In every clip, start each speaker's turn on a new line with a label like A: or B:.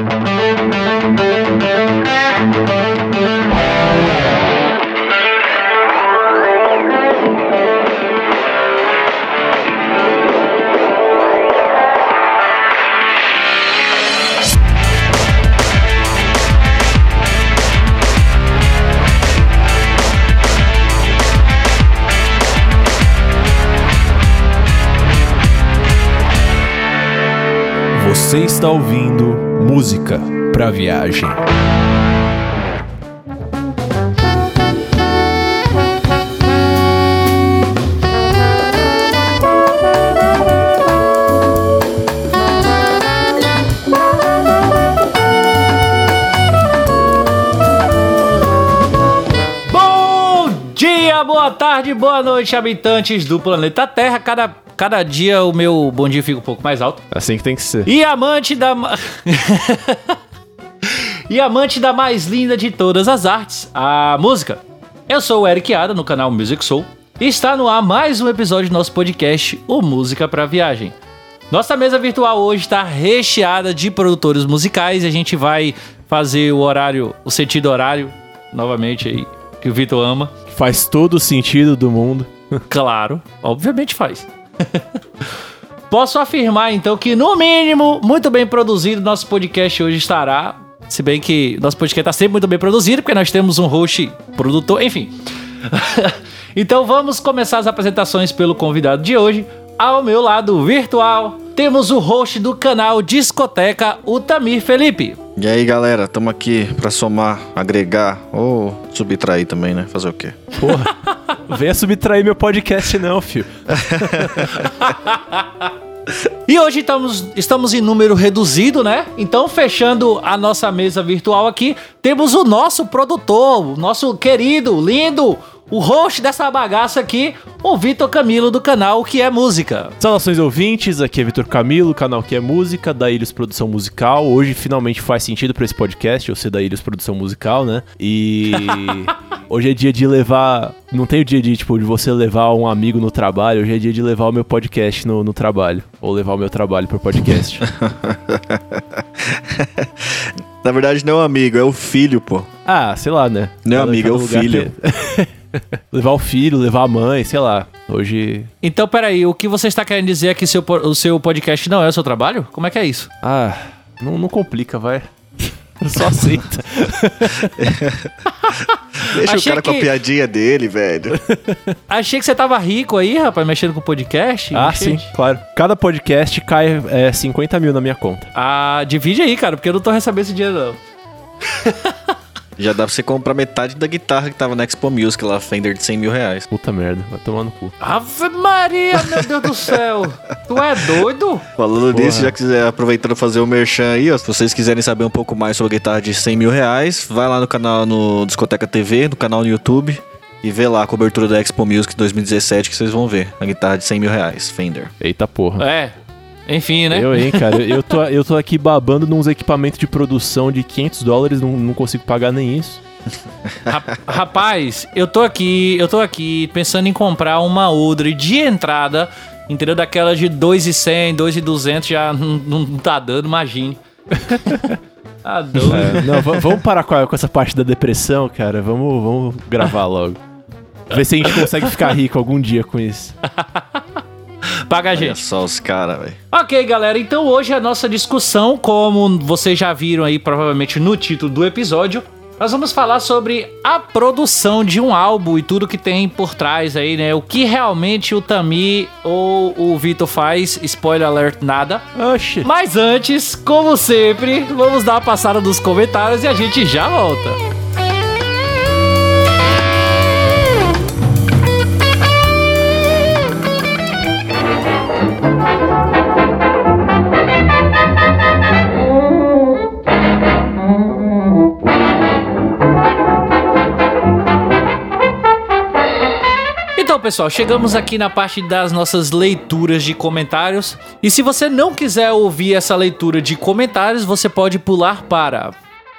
A: Você está ouvindo Música pra Viagem.
B: Bom dia, boa tarde, boa noite, habitantes do planeta Terra. Cada dia o meu bom dia fica um pouco mais alto.
A: Assim que tem que ser.
B: E amante da... e amante da mais linda de todas as artes, a música. Eu sou o Eric Ada, no canal Music Soul. E está no ar mais um episódio do nosso podcast, o Música pra Viagem. Nossa mesa virtual hoje está recheada de produtores musicais. E a gente vai fazer o sentido horário, novamente aí, que o Vitor ama.
A: Faz todo o sentido do mundo.
B: Claro, obviamente faz. Posso afirmar então que no mínimo muito bem produzido nosso podcast hoje estará. Se bem que nosso podcast está sempre muito bem produzido, porque nós temos um host produtor, enfim. Então vamos começar as apresentações pelo convidado de hoje. Ao meu lado virtual temos o host do canal Discoteca, o Tamir Felipe.
C: E aí galera, tamo aqui pra somar, agregar ou subtrair também, né? Fazer o quê?
A: Porra, venha subtrair meu podcast não, filho.
B: E hoje estamos em número reduzido, né? Então, fechando a nossa mesa virtual aqui, temos o nosso produtor, o nosso querido, lindo, o host dessa bagaça aqui, o Vitor Camilo do canal O Que É Música.
A: Saudações ouvintes, aqui é Vitor Camilo, canal O Que É Música, da Ilhos Produção Musical. Hoje finalmente faz sentido pra esse podcast, eu ser da Ilhos Produção Musical, né? E hoje é dia de levar... Não tem o dia de, tipo, de você levar um amigo no trabalho, hoje é dia de levar o meu podcast no trabalho. Ou levar o meu trabalho pro podcast.
C: Na verdade não é um amigo, é o filho, pô.
A: Ah, sei lá, né?
C: Não é amigo, é o filho.
A: Levar o filho, levar a mãe, sei lá. Hoje...
B: Então, peraí, o que você está querendo dizer é que o seu podcast não é o seu trabalho? Como é que é isso?
A: Ah, não complica, vai. Só aceita.
C: Deixa o cara com a piadinha dele, velho.
B: Achei que você tava rico aí, rapaz, mexendo com podcast.
A: Ah, sim, claro. Cada podcast cai 50 mil na minha conta.
B: Ah, divide aí, cara, porque eu não tô recebendo esse dinheiro, não.
C: Já dá pra você comprar metade da guitarra que tava na Expo Music lá, Fender de 100 mil reais.
A: Puta merda, vai tomar no cu.
B: Ave Maria, meu Deus do céu. Tu é doido?
C: Falando disso, já quiser, aproveitando fazer o merchan aí, ó, se vocês quiserem saber um pouco mais sobre a guitarra de 100 mil reais, vai lá no canal, no Discoteca TV, no canal no YouTube, e vê lá a cobertura da Expo Music 2017 que vocês vão ver. A guitarra de 100 mil reais, Fender.
A: Eita porra.
B: É. Enfim, né?
A: Cara, eu tô aqui babando nos equipamentos de produção de $500, não consigo pagar nem isso.
B: Rapaz, eu tô aqui pensando em comprar uma Odre de entrada, entendeu? Daquela de 2.100, 2.200, já não tá dando, imagine. Tá doido.
A: Vamos parar com essa parte da depressão, cara. Vamos gravar logo. Ver se a gente consegue ficar rico algum dia com isso.
B: Paga a gente.
C: Olha só os caras, velho.
B: Ok, galera. Então hoje a nossa discussão, como vocês já viram aí provavelmente no título do episódio, nós vamos falar sobre a produção de um álbum e tudo que tem por trás aí, né? O que realmente o Tamir ou o Vitor faz. Spoiler alert, nada.
A: Oxi.
B: Mas antes, como sempre, vamos dar uma passada nos comentários e a gente já volta. Então, pessoal, chegamos aqui na parte das nossas leituras de comentários. E se você não quiser ouvir essa leitura de comentários, você pode pular para...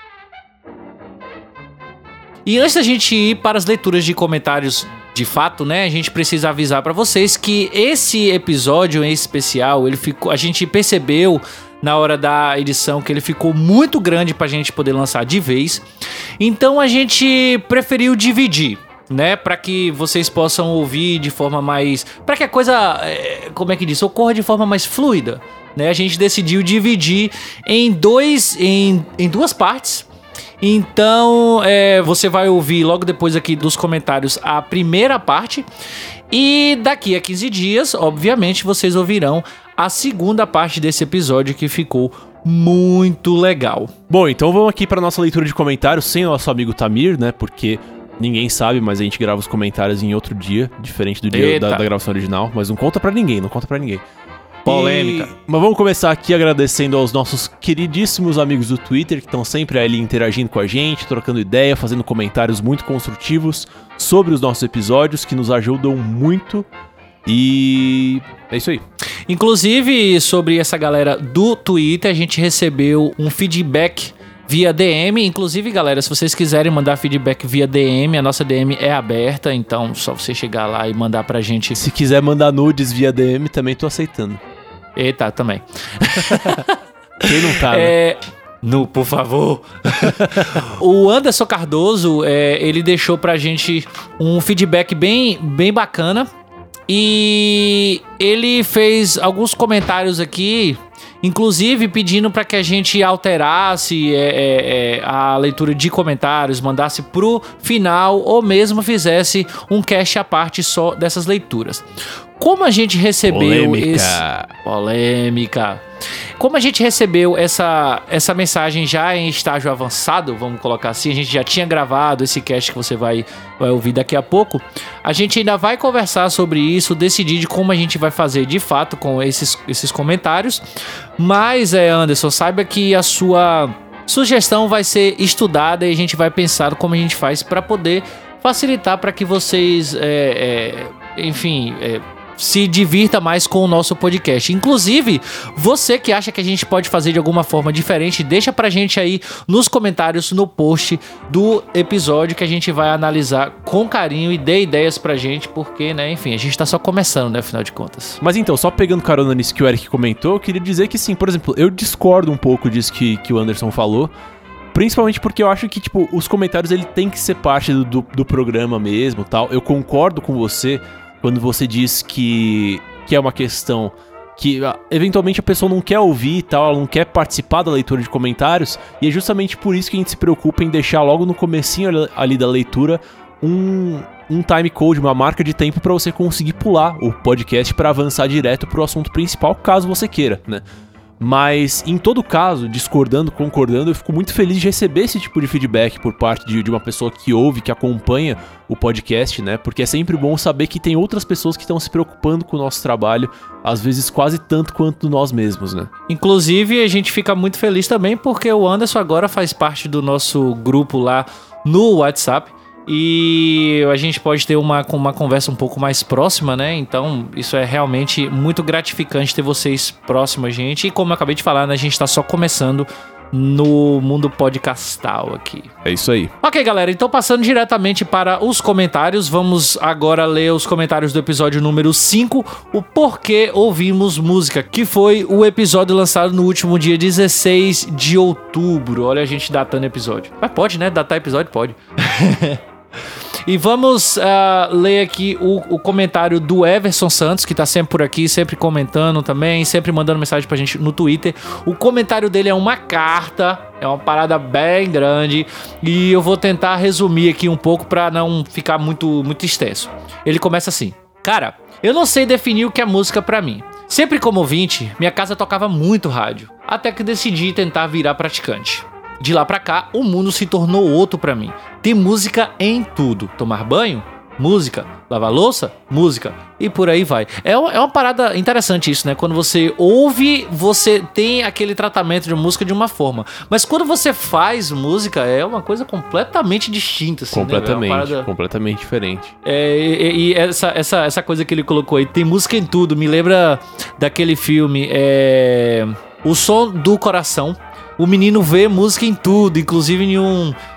B: E antes da gente ir para as leituras de comentários de fato, né, a gente precisa avisar para vocês que esse episódio em especial, a gente percebeu na hora da edição, que ele ficou muito grande pra gente poder lançar de vez. Então a gente preferiu dividir, né, para que vocês possam ouvir de forma mais, para que a coisa, como é que diz, ocorra de forma mais fluida, né? A gente decidiu dividir em duas partes. Então você vai ouvir logo depois aqui dos comentários a primeira parte, e daqui a 15 dias, obviamente, vocês ouvirão a segunda parte desse episódio, que ficou muito legal.
A: Bom, então vamos aqui para nossa leitura de comentários sem o nosso amigo Tamir, né? Porque ninguém sabe, mas a gente grava os comentários em outro dia, diferente do dia da gravação original. Mas não conta pra ninguém.
B: Polêmica.
A: Mas vamos começar aqui agradecendo aos nossos queridíssimos amigos do Twitter, que estão sempre ali interagindo com a gente, trocando ideia, fazendo comentários muito construtivos sobre os nossos episódios, que nos ajudam muito. E é isso aí.
B: Inclusive, sobre essa galera do Twitter, a gente recebeu um feedback via DM. Inclusive, galera, se vocês quiserem mandar feedback via DM, a nossa DM é aberta, então só você chegar lá e mandar pra gente.
A: Se quiser mandar nudes via DM, também tô aceitando.
B: Eita, também.
A: Quem não tá, né?
B: Por favor. O Anderson Cardoso, ele deixou pra gente um feedback bem bacana. E ele fez alguns comentários aqui, inclusive pedindo para que a gente alterasse a leitura de comentários, mandasse pro final, ou mesmo fizesse um cast à parte só dessas leituras. Como a gente recebeu Polêmica. Como a gente recebeu essa mensagem já em estágio avançado, vamos colocar assim, a gente já tinha gravado esse cast que você vai ouvir daqui a pouco, a gente ainda vai conversar sobre isso, decidir de como a gente vai fazer de fato com esses comentários. Mas, Anderson, saiba que a sua sugestão vai ser estudada e a gente vai pensar como a gente faz para poder facilitar para que vocês, se divirta mais com o nosso podcast. Inclusive, você que acha que a gente pode fazer de alguma forma diferente, deixa pra gente aí nos comentários, no post do episódio, que a gente vai analisar com carinho e dê ideias pra gente, porque, né, enfim, a gente tá só começando, né, afinal de contas.
A: Mas então, só pegando carona nisso que o Eric comentou, eu queria dizer que sim, por exemplo, eu discordo um pouco disso que o Anderson falou, principalmente porque eu acho que, tipo, os comentários, ele tem que ser parte do programa mesmo, tal. Eu concordo com você quando você diz que é uma questão que eventualmente a pessoa não quer ouvir e tal, ela não quer participar da leitura de comentários, e é justamente por isso que a gente se preocupa em deixar logo no comecinho ali da leitura um time code, uma marca de tempo para você conseguir pular o podcast para avançar direto pro assunto principal, caso você queira, né? Mas, em todo caso, discordando, concordando, eu fico muito feliz de receber esse tipo de feedback por parte de uma pessoa que ouve, que acompanha o podcast, né? Porque é sempre bom saber que tem outras pessoas que estão se preocupando com o nosso trabalho, às vezes quase tanto quanto nós mesmos, né?
B: Inclusive, a gente fica muito feliz também porque o Anderson agora faz parte do nosso grupo lá no WhatsApp. E a gente pode ter uma conversa um pouco mais próxima, né? Então isso é realmente muito gratificante ter vocês próximos a gente. E como eu acabei de falar, né, a gente tá só começando no mundo podcastal aqui.
A: É isso aí.
B: Ok, galera, então passando diretamente para os comentários, vamos agora ler os comentários do episódio número 5, o Porquê Ouvimos Música, que foi o episódio lançado no último dia 16 de outubro. Olha a gente datando episódio. Mas pode, né? Datar episódio pode. E vamos ler aqui o comentário do Everson Santos, que tá sempre por aqui, sempre comentando também, sempre mandando mensagem pra gente no Twitter. O comentário dele é uma carta, é uma parada bem grande, e eu vou tentar resumir aqui um pouco pra não ficar muito extenso. Ele começa assim: cara, eu não sei definir o que é música pra mim. Sempre como ouvinte, minha casa tocava muito rádio, até que decidi tentar virar praticante. De lá pra cá, o mundo se tornou outro pra mim. Tem música em tudo. Tomar banho? Música. Lavar louça? Música. E por aí vai. É uma parada interessante isso, né? Quando você ouve, você tem aquele tratamento de música de uma forma. Mas quando você faz música, é uma coisa completamente distinta, assim,
A: completamente,
B: né? É uma parada...
A: completamente diferente.
B: E essa coisa que ele colocou aí, tem música em tudo, me lembra daquele filme, O Som do Coração. O menino vê música em tudo, inclusive em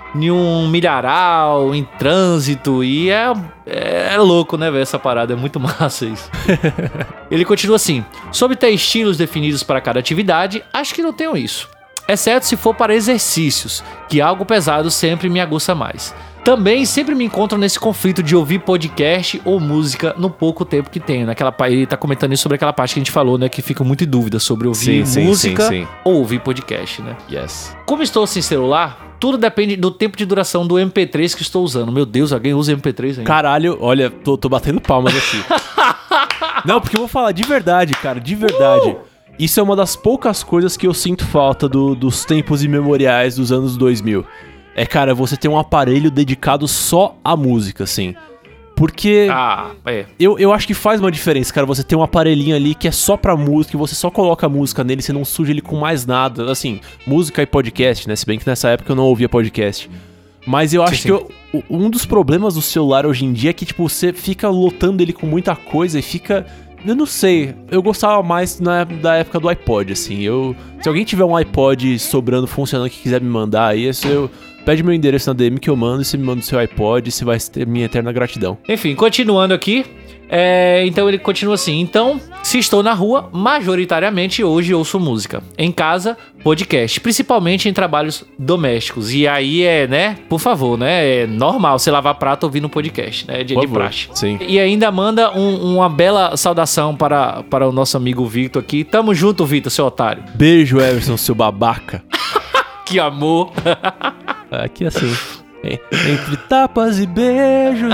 B: em um milharal, em trânsito, e é louco, né, velho, essa parada, é muito massa isso. Ele continua assim: sobre ter estilos definidos para cada atividade, acho que não tenho isso. Exceto se for para exercícios, que algo pesado sempre me aguça mais. Também sempre me encontro nesse conflito de ouvir podcast ou música no pouco tempo que tenho. Ele tá comentando isso sobre aquela parte que a gente falou, né? Que fica muito em dúvida sobre ouvir música ou ouvir podcast, né?
A: Yes.
B: Como estou sem celular, tudo depende do tempo de duração do MP3 que estou usando. Meu Deus, alguém usa MP3 ainda?
A: Caralho, olha, tô batendo palmas aqui. Não, porque eu vou falar de verdade, cara, de verdade. Isso é uma das poucas coisas que eu sinto falta dos tempos imemoriais dos anos 2000. Cara, você tem um aparelho dedicado só à música, assim. Porque eu acho que faz uma diferença, cara, você tem um aparelhinho ali que é só pra música, e você só coloca a música nele, você não suja ele com mais nada. Assim, música e podcast, né? Se bem que nessa época eu não ouvia podcast. Mas eu acho que um dos problemas do celular hoje em dia é que, tipo, você fica lotando ele com muita coisa e fica... Eu não sei, eu gostava mais da época do iPod, assim. Se alguém tiver um iPod sobrando, funcionando, que quiser me mandar aí, pede meu endereço na DM que eu mando, e você me manda o seu iPod, e você vai ter minha eterna gratidão.
B: Enfim, continuando aqui, então ele continua assim: então, se estou na rua, majoritariamente hoje ouço música. Em casa, podcast, principalmente em trabalhos domésticos. E aí né, por favor, né, é normal você lavar prato ouvindo podcast, né, de praxe.
A: Sim.
B: E ainda manda uma bela saudação para o nosso amigo Victor aqui. Tamo junto, Victor, seu otário.
A: Beijo, Everson, seu babaca.
B: Que amor.
A: Aqui assim. Entre tapas e beijos.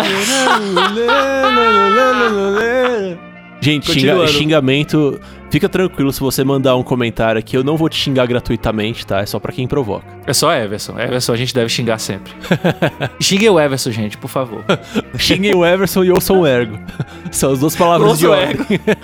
A: Gente, xingamento. Fica tranquilo se você mandar um comentário aqui. Eu não vou te xingar gratuitamente, tá? É só pra quem provoca.
B: É só Everson. Everson a gente deve xingar sempre. Xinguem o Everson, gente, por favor.
A: Xinguem o Everson e ouçam o Ergo. São as duas palavras de ordem.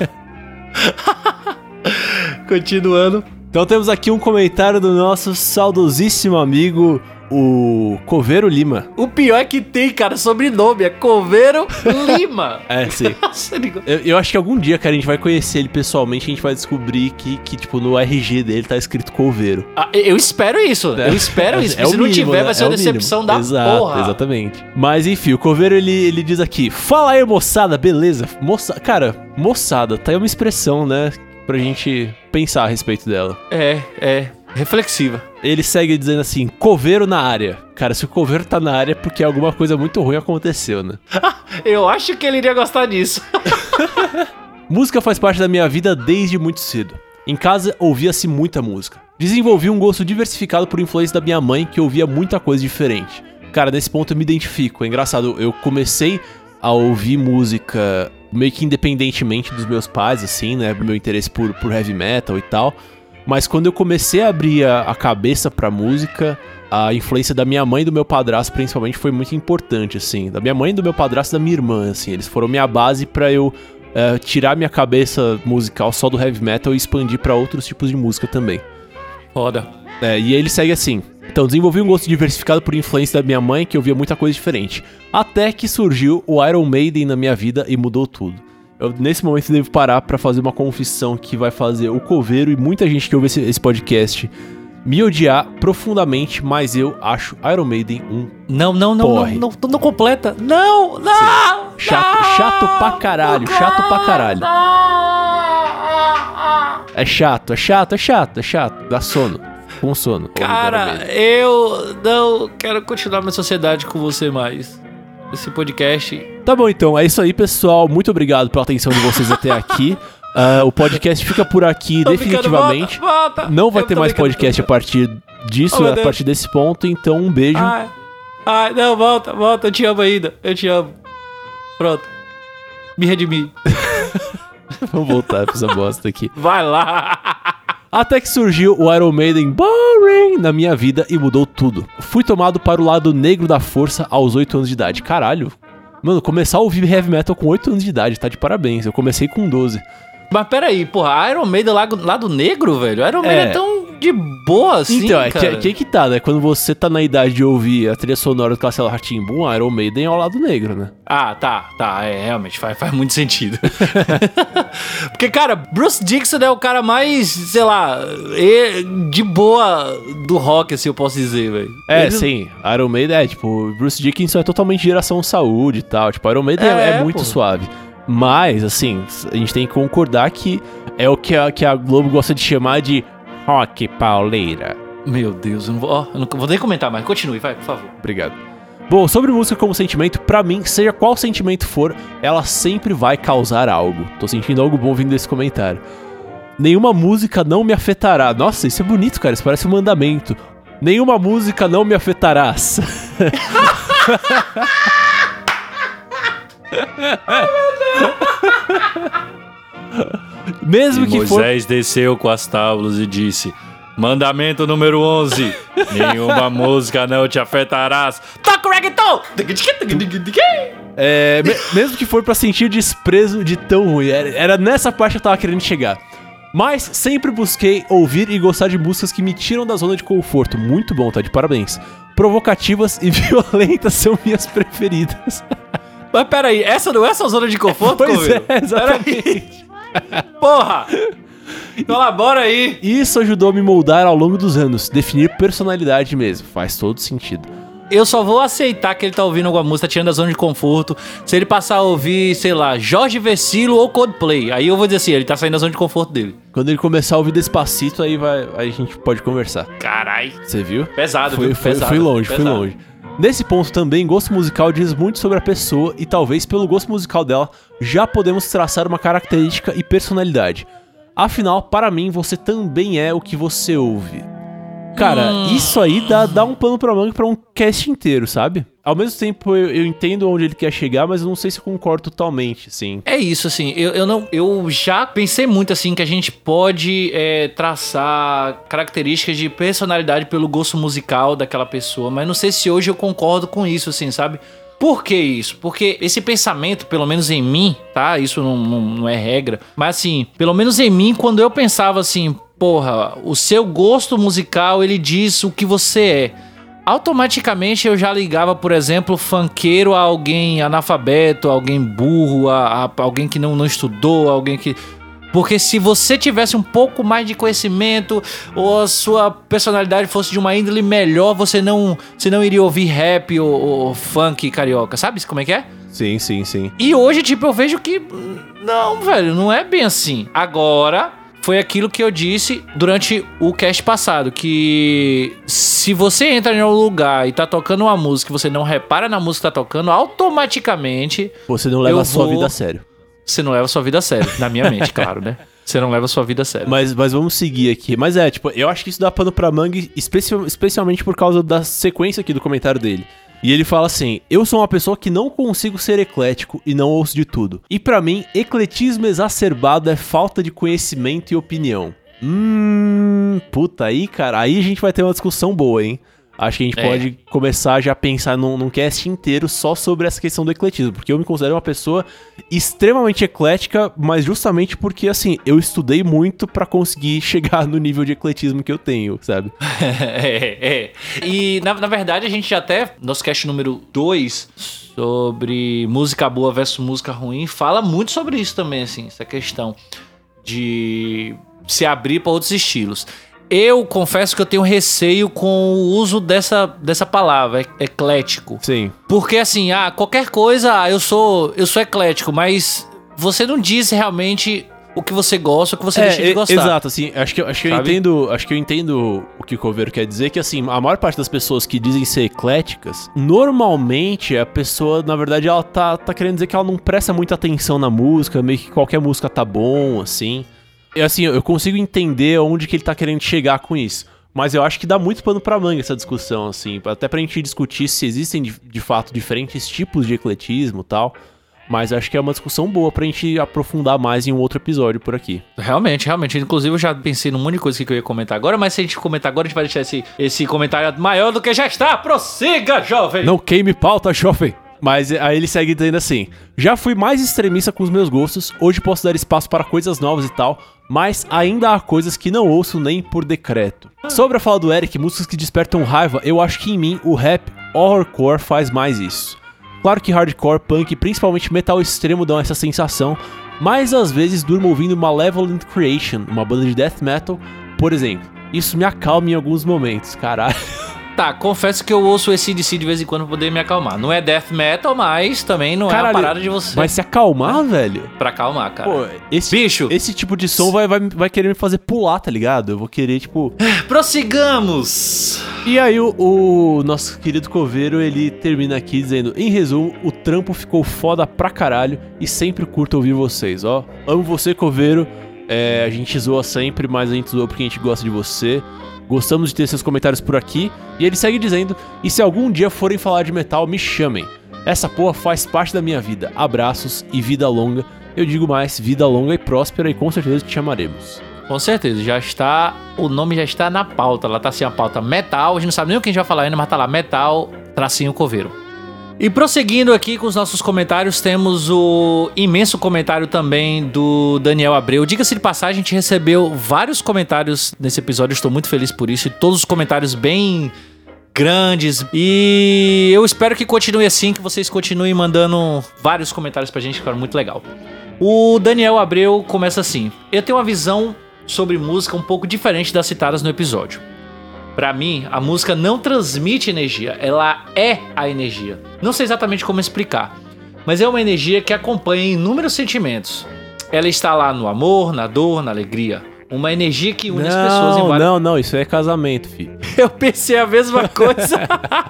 B: Continuando.
A: Então temos aqui um comentário do nosso saudosíssimo amigo, o Coveiro Lima.
B: O pior é que tem, cara, sobrenome, é Coveiro Lima.
A: Sim. Eu acho que algum dia, cara, a gente vai conhecer ele pessoalmente, e a gente vai descobrir que tipo, no RG dele tá escrito Coveiro.
B: Eu espero isso, eu espero isso. Se não tiver, vai ser uma decepção da porra.
A: Exatamente. Mas enfim, o Coveiro, ele diz aqui: fala aí, moçada, beleza? Cara, moçada, tá aí uma expressão, né, pra gente pensar a respeito dela.
B: Reflexiva.
A: Ele segue dizendo assim: coveiro na área. Cara, se o coveiro tá na área é porque alguma coisa muito ruim aconteceu, né?
B: Eu acho que ele iria gostar disso.
A: Música faz parte da minha vida desde muito cedo. Em casa ouvia-se muita música. Desenvolvi um gosto diversificado por influência da minha mãe, que ouvia muita coisa diferente. Cara, nesse ponto eu me identifico. É engraçado, eu comecei a ouvir música meio que independentemente dos meus pais, assim, né? Meu interesse por heavy metal e tal. Mas quando eu comecei a abrir a cabeça pra música, a influência da minha mãe e do meu padrasto, principalmente, foi muito importante, assim. Da minha mãe, do meu padrasto e da minha irmã, assim. Eles foram minha base pra eu tirar minha cabeça musical só do heavy metal e expandir pra outros tipos de música também.
B: Foda.
A: E aí ele segue assim: então, desenvolvi um gosto diversificado por influência da minha mãe, que ouvia muita coisa diferente. Até que surgiu o Iron Maiden na minha vida e mudou tudo. Eu, nesse momento, devo parar pra fazer uma confissão que vai fazer o Coveiro e muita gente que ouve esse podcast me odiar profundamente, mas eu acho Iron Maiden um
B: Não completa. Não.
A: Chato pra caralho. É chato. Dá sono. Com sono.
B: Cara, eu não quero continuar minha sociedade com você mais. Esse podcast...
A: Tá bom, então. É isso aí, pessoal. Muito obrigado pela atenção de vocês até aqui. O podcast fica por aqui definitivamente.
B: Volta.
A: Não vai ter mais podcast a partir disso, a partir desse ponto. Então, um beijo.
B: Ai, não, volta. Eu te amo ainda. Eu te amo. Pronto. Me redimi.
A: Vamos voltar pra essa bosta aqui.
B: Vai lá.
A: Até que surgiu o Iron Maiden Boring na minha vida e mudou tudo. Fui tomado para o lado negro da força aos 8 anos de idade. Caralho. Mano, começar a ouvir heavy metal com 8 anos de idade, tá de parabéns. Eu comecei com 12.
B: Mas peraí, porra, Iron Maiden lado negro, velho? Iron Maiden é tão... de boa, assim,
A: então,
B: cara.
A: que tá, né? Quando você tá na idade de ouvir a trilha sonora do Castelo Rá-Tim-Bum, Iron Maiden é o lado negro, né?
B: Ah, tá, realmente, faz muito sentido. Porque, cara, Bruce Dickinson é o cara mais, sei lá, de boa do rock, assim, eu posso dizer, velho.
A: Sim, Iron Maiden tipo, Bruce Dickinson é totalmente geração saúde e tal, tipo, Iron Maiden é muito suave. Mas, assim, a gente tem que concordar que é o que a Globo gosta de chamar de rock pauleira.
B: Meu Deus, eu não vou nem comentar mais. Continue, vai, por favor.
A: Obrigado. Bom, sobre música como sentimento, pra mim, seja qual sentimento for, ela sempre vai causar algo. Tô sentindo algo bom vindo desse comentário. Nenhuma música não me afetará. Nossa, isso é bonito, cara, isso parece um mandamento. Nenhuma música não me afetarás. Mesmo que
B: Moisés desceu com as tábuas e disse: mandamento número 11: nenhuma música não te afetarás. Toca o reggaeton!
A: Mesmo que for pra sentir desprezo de tão ruim. Era nessa parte que eu tava querendo chegar. Mas sempre busquei ouvir e gostar de músicas que me tiram da zona de conforto. Muito bom, tá de parabéns. Provocativas e violentas são minhas preferidas.
B: Mas peraí, essa não é sua zona de conforto,
A: Pois é, exatamente.
B: Porra! Colabora aí.
A: Isso ajudou a me moldar ao longo dos anos. Definir personalidade mesmo. Faz todo sentido.
B: Eu só vou aceitar que ele tá ouvindo alguma música, tirando da zona de conforto, se ele passar a ouvir, sei lá, Jorge Vecilo ou Coldplay. Aí eu vou dizer assim, ele tá saindo da zona de conforto dele.
A: Quando ele começar a ouvir Despacito, aí a gente pode conversar.
B: Carai.
A: Você viu?
B: Pesado,
A: pesado. Fui longe. Nesse ponto também, gosto musical diz muito sobre a pessoa e talvez pelo gosto musical dela já podemos traçar uma característica e personalidade. Afinal, para mim, você também é o que você ouve. Cara, isso aí dá um pano pra manga pra um cast inteiro, sabe? Ao mesmo tempo, eu entendo onde ele quer chegar, mas eu não sei se eu concordo totalmente, assim.
B: É isso, assim, eu já pensei muito, assim, que a gente pode traçar características de personalidade pelo gosto musical daquela pessoa, mas não sei se hoje eu concordo com isso, assim, sabe? Por que isso? Porque esse pensamento, pelo menos em mim, tá? Isso não é regra, mas assim, pelo menos em mim, quando eu pensava assim, porra, o seu gosto musical, ele diz o que você é. Automaticamente eu já ligava, por exemplo, funkeiro a alguém analfabeto, a alguém burro, a alguém que não estudou, alguém que... Porque se você tivesse um pouco mais de conhecimento ou a sua personalidade fosse de uma índole melhor, você não iria ouvir rap ou funk carioca, sabe como é que é?
A: Sim.
B: E hoje, tipo, eu vejo que... Não, velho, não é bem assim. Agora... Foi aquilo que eu disse durante o cast passado, que se você entra em um lugar e tá tocando uma música e você não repara na música que tá tocando, automaticamente...
A: Você não leva a sua vida a sério.
B: Você não leva a sua vida a sério, na minha mente, claro, né? Você não leva a sua vida a sério.
A: Mas vamos seguir aqui. Mas tipo, eu acho que isso dá pano pra manga, especialmente por causa da sequência aqui do comentário dele. E ele fala assim: eu sou uma pessoa que não consigo ser eclético e não ouço de tudo. E pra mim, ecletismo exacerbado é falta de conhecimento e opinião. Puta, aí, cara, aí a gente vai ter uma discussão boa, hein? Acho que a gente pode começar já a pensar num cast inteiro só sobre essa questão do ecletismo. Porque eu me considero uma pessoa extremamente eclética, mas justamente porque, assim, eu estudei muito pra conseguir chegar no nível de ecletismo que eu tenho, sabe?
B: E, na verdade, a gente já até, nosso cast número 2, sobre música boa versus música ruim, fala muito sobre isso também, assim, essa questão de se abrir pra outros estilos. Eu confesso que eu tenho receio com o uso dessa palavra, eclético.
A: Sim.
B: Porque assim, qualquer coisa, eu sou eclético, mas você não diz realmente o que você gosta, o que você deixa de gostar.
A: Exato, assim, acho que eu entendo o que o Coveiro quer dizer, que assim, a maior parte das pessoas que dizem ser ecléticas, normalmente a pessoa, na verdade, ela tá querendo dizer que ela não presta muita atenção na música, meio que qualquer música tá bom, assim. E assim, eu consigo entender onde que ele tá querendo chegar com isso. Mas eu acho que dá muito pano pra manga essa discussão, assim. Até pra gente discutir se existem, de fato, diferentes tipos de ecletismo e tal. Mas acho que é uma discussão boa pra gente aprofundar mais em um outro episódio por aqui.
B: Realmente. Inclusive, eu já pensei num monte de coisa que eu ia comentar agora. Mas se a gente comentar agora, a gente vai deixar esse comentário maior do que já está. Prossiga, jovem!
A: Não queime pauta, jovem! Mas aí ele segue dizendo assim: já fui mais extremista com os meus gostos, hoje posso dar espaço para coisas novas e tal, mas ainda há coisas que não ouço nem por decreto. Sobre a fala do Eric, músicas que despertam raiva, eu acho que em mim o rap horrorcore faz mais isso. Claro que hardcore, punk e principalmente metal extremo dão essa sensação, mas às vezes durmo ouvindo Malevolent Creation, uma banda de death metal, por exemplo. Isso me acalma em alguns momentos, caralho.
B: Tá, confesso que eu ouço esse DC de vez em quando pra poder me acalmar. Não é death metal, mas também não é uma parada de você.
A: Vai se acalmar, velho?
B: Pra acalmar, cara.
A: Pô,
B: Bicho!
A: Esse tipo de som vai querer me fazer pular, tá ligado? Eu vou querer, tipo...
B: Prossigamos!
A: E aí o nosso querido Coveiro, ele termina aqui dizendo: em resumo, o trampo ficou foda pra caralho e sempre curto ouvir vocês, ó. Amo você, Coveiro. A gente zoa sempre, mas a gente zoa porque a gente gosta de você. Gostamos de ter seus comentários por aqui. E ele segue dizendo: e se algum dia forem falar de metal, me chamem. Essa porra faz parte da minha vida. Abraços e vida longa. Eu digo mais, vida longa e próspera, e com certeza te chamaremos.
B: Com certeza, o nome já está na pauta. Lá tá assim a pauta metal. A gente não sabe nem o que a gente vai falar ainda, mas tá lá, metal, tracinho Coveiro. E prosseguindo aqui com os nossos comentários, temos o imenso comentário também do Daniel Abreu. Diga-se de passagem, a gente recebeu vários comentários nesse episódio, estou muito feliz por isso, e todos os comentários bem grandes. E eu espero que continue assim, que vocês continuem mandando vários comentários pra gente, que ficaram muito legal. O Daniel Abreu começa assim: eu tenho uma visão sobre música um pouco diferente das citadas no episódio. Pra mim, a música não transmite energia, ela é a energia. Não sei exatamente como explicar, mas é uma energia que acompanha inúmeros sentimentos. Ela está lá no amor, na dor, na alegria. Uma energia que une as pessoas em várias...
A: Não, isso é casamento, filho.
B: Eu pensei a mesma coisa.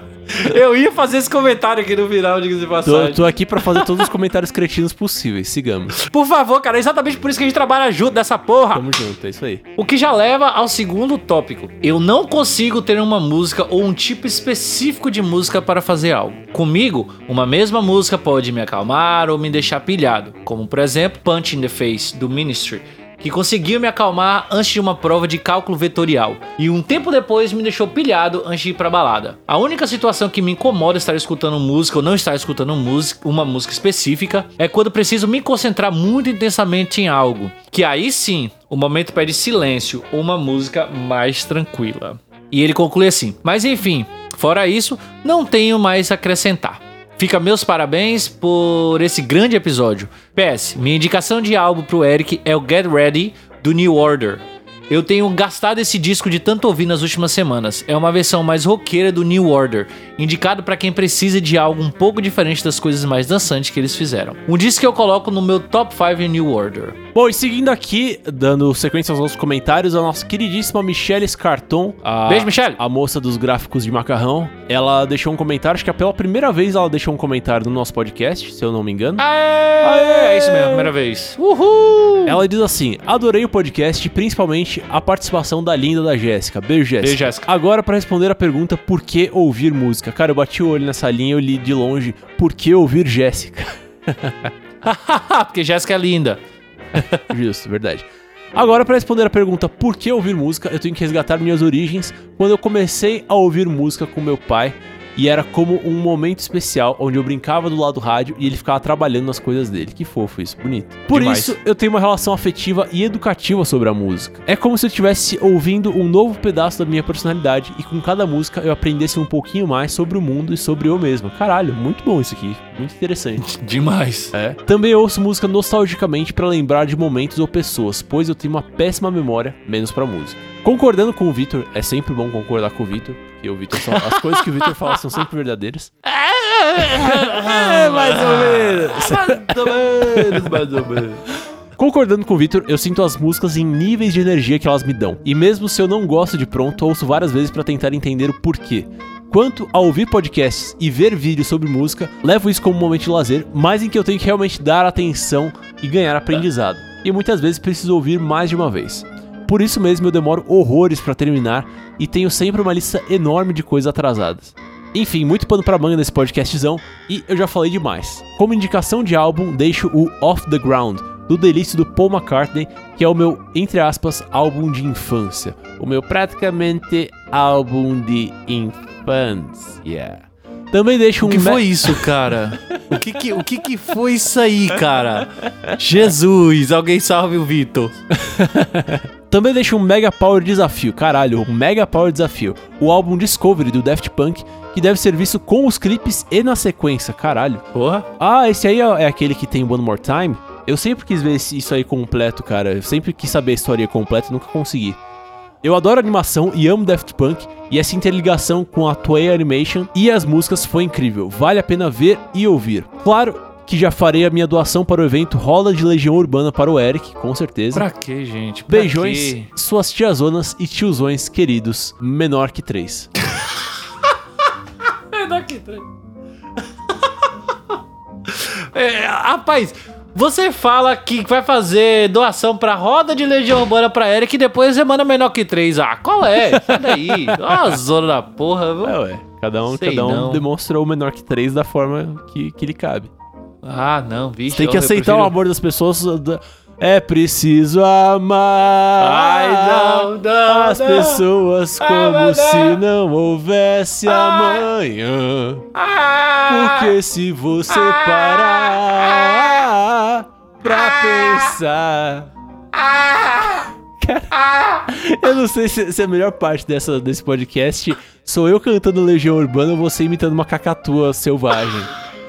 B: Eu ia fazer esse comentário aqui no final, diga-se de passagem.
A: Tô aqui pra fazer todos os comentários cretinos possíveis, sigamos.
B: Por favor, cara, é exatamente por isso que a gente trabalha junto nessa porra.
A: Tamo junto, é isso aí.
B: O que já leva ao segundo tópico. Eu não consigo ter uma música ou um tipo específico de música para fazer algo. Comigo, uma mesma música pode me acalmar ou me deixar pilhado, como por exemplo, Punch in the Face, do Ministry, que conseguiu me acalmar antes de uma prova de cálculo vetorial, e um tempo depois me deixou pilhado antes de ir pra balada. A única situação que me incomoda estar escutando música ou não estar escutando uma música específica é quando preciso me concentrar muito intensamente em algo, que aí sim, o momento pede silêncio ou uma música mais tranquila. E ele conclui assim: mas enfim, fora isso, não tenho mais a acrescentar. Fica meus parabéns por esse grande episódio. PS, minha indicação de álbum pro Eric é o Get Ready, do New Order. Eu tenho gastado esse disco de tanto ouvir nas últimas semanas. É uma versão mais roqueira do New Order, indicado pra quem precisa de algo um pouco diferente das coisas mais dançantes que eles fizeram. Um disco que eu coloco no meu top 5 New Order.
A: Bom, e seguindo aqui, dando sequência aos nossos comentários, a nossa queridíssima Michelle Scarton.
B: Beijo, Michelle!
A: A moça dos gráficos de macarrão. Ela deixou um comentário, acho que pela primeira vez ela deixou um comentário no nosso podcast, se eu não me engano.
B: É isso mesmo, primeira vez. Uhul!
A: Ela diz assim: adorei o podcast, principalmente a participação da linda da Jéssica. Beijo, Jéssica.
B: Beijo, Jéssica.
A: Agora, pra responder a pergunta, por que ouvir música? Cara, eu bati o olho nessa linha, eu li de longe, por que ouvir Jéssica?
B: Porque Jéssica é linda.
A: Justo, verdade. Agora, pra responder a pergunta por que ouvir música, eu tenho que resgatar minhas origens quando eu comecei a ouvir música com meu pai. E era como um momento especial, onde eu brincava do lado do rádio e ele ficava trabalhando nas coisas dele. Que fofo isso, bonito. Por
B: Demais.
A: isso, eu tenho uma relação afetiva e educativa sobre a música. É como se eu estivesse ouvindo um novo pedaço da minha personalidade e com cada música eu aprendesse um pouquinho mais sobre o mundo e sobre eu mesmo. Caralho, muito bom isso aqui. Muito interessante.
B: Demais.
A: Também ouço música nostalgicamente pra lembrar de momentos ou pessoas, pois eu tenho uma péssima memória, menos pra música. Concordando com o Vitor, é sempre bom concordar com o Vitor, porque o Vitor as coisas que o Vitor fala são sempre verdadeiras. Mais ou menos. Concordando com o Vitor, eu sinto as músicas em níveis de energia que elas me dão. E mesmo se eu não gosto de pronto, ouço várias vezes pra tentar entender o porquê. Quanto a ouvir podcasts e ver vídeos sobre música, levo isso como um momento de lazer, mas em que eu tenho que realmente dar atenção e ganhar aprendizado. E muitas vezes preciso ouvir mais de uma vez. Por isso mesmo eu demoro horrores pra terminar e tenho sempre uma lista enorme de coisas atrasadas. Enfim, muito pano pra manga nesse podcastzão e eu já falei demais. Como indicação de álbum, deixo o Off the Ground, do delício do Paul McCartney, que é o meu, entre aspas, álbum de infância. O meu praticamente álbum de infância. Também deixa
B: O que foi isso, cara? O que foi isso aí, cara? Jesus, alguém salve o Vitor.
A: Também deixa um Mega Power Desafio. Caralho, um Mega Power Desafio. O álbum Discovery do Daft Punk, que deve ser visto com os clipes e na sequência. Caralho.
B: Porra.
A: Ah, esse aí é aquele que tem One More Time? Eu sempre quis ver isso aí completo, cara. Eu sempre quis saber a história completa e nunca consegui. Eu adoro animação e amo Daft Punk, e essa interligação com a Toei Animation e as músicas foi incrível. Vale a pena ver e ouvir. Claro que já farei a minha doação para o evento Roda de Legião Urbana para o Eric, com certeza.
B: Pra quê, gente? Pra
A: Beijões,
B: quê?
A: suas tiazonas e tiozões queridos, menor que 3.
B: Menor que 3. Rapaz, você fala que vai fazer doação pra Roda de Legião Urbana pra Eric e depois você manda menor que 3. Ah, qual é? Sai daí. Ó, zona da porra, viu?
A: Ué, cada um
B: Não.
A: demonstrou o menor que 3 da forma que lhe cabe.
B: Ah, não, bicho.
A: Você tem que aceitar o amor das pessoas. É preciso amar as pessoas como se não houvesse amanhã. Porque se você parar pra pensar. Cara, eu não sei se a melhor parte desse podcast sou eu cantando Legião Urbana ou você imitando uma cacatua selvagem.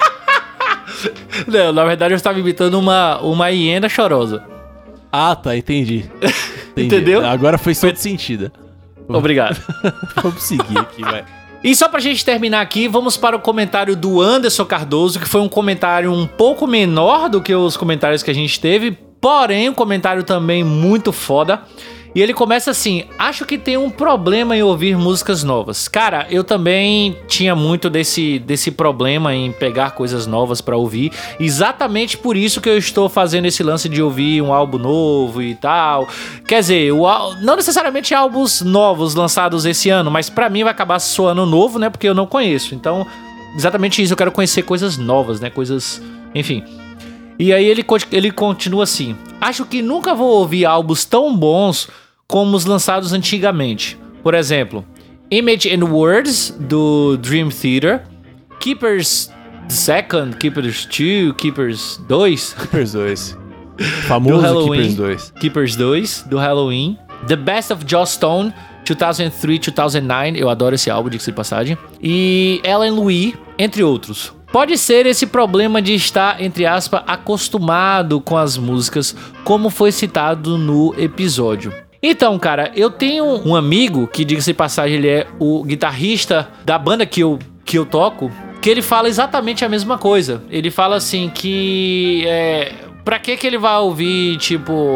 B: Não, na verdade eu estava imitando uma hiena chorosa.
A: Ah, tá, entendi.
B: Entendeu?
A: Agora fez todo sentido.
B: Obrigado.
A: Vamos seguir aqui, vai.
B: E só pra gente terminar aqui, vamos para o comentário do Anderson Cardoso, que foi um comentário um pouco menor do que os comentários que a gente teve, porém um comentário também muito foda. E ele começa assim: acho que tem um problema em ouvir músicas novas. Cara, eu também tinha muito desse problema em pegar coisas novas pra ouvir. Exatamente por isso que eu estou fazendo esse lance de ouvir um álbum novo e tal. Quer dizer, não necessariamente álbuns novos lançados esse ano, mas pra mim vai acabar soando novo, né? Porque eu não conheço. Então, exatamente isso, eu quero conhecer coisas novas, né? Coisas... Enfim... E aí ele continua assim: acho que nunca vou ouvir álbuns tão bons como os lançados antigamente. Por exemplo, Image and Words, do Dream Theater, Keepers 2nd, Keepers 2, Keepers 2.
A: Keepers 2. Famoso Keepers 2.
B: Keepers 2, do Halloween. The Best of Joss Stone, 2003-2009. Eu adoro esse álbum, diga-se de passagem. E Ellen Louis, entre outros. Pode ser esse problema de estar, entre aspas, acostumado com as músicas, como foi citado no episódio. Então, cara, eu tenho um amigo, que diga-se de passagem, ele é o guitarrista da banda que eu toco, que ele fala exatamente a mesma coisa. Ele fala assim que... pra que ele vai ouvir, tipo...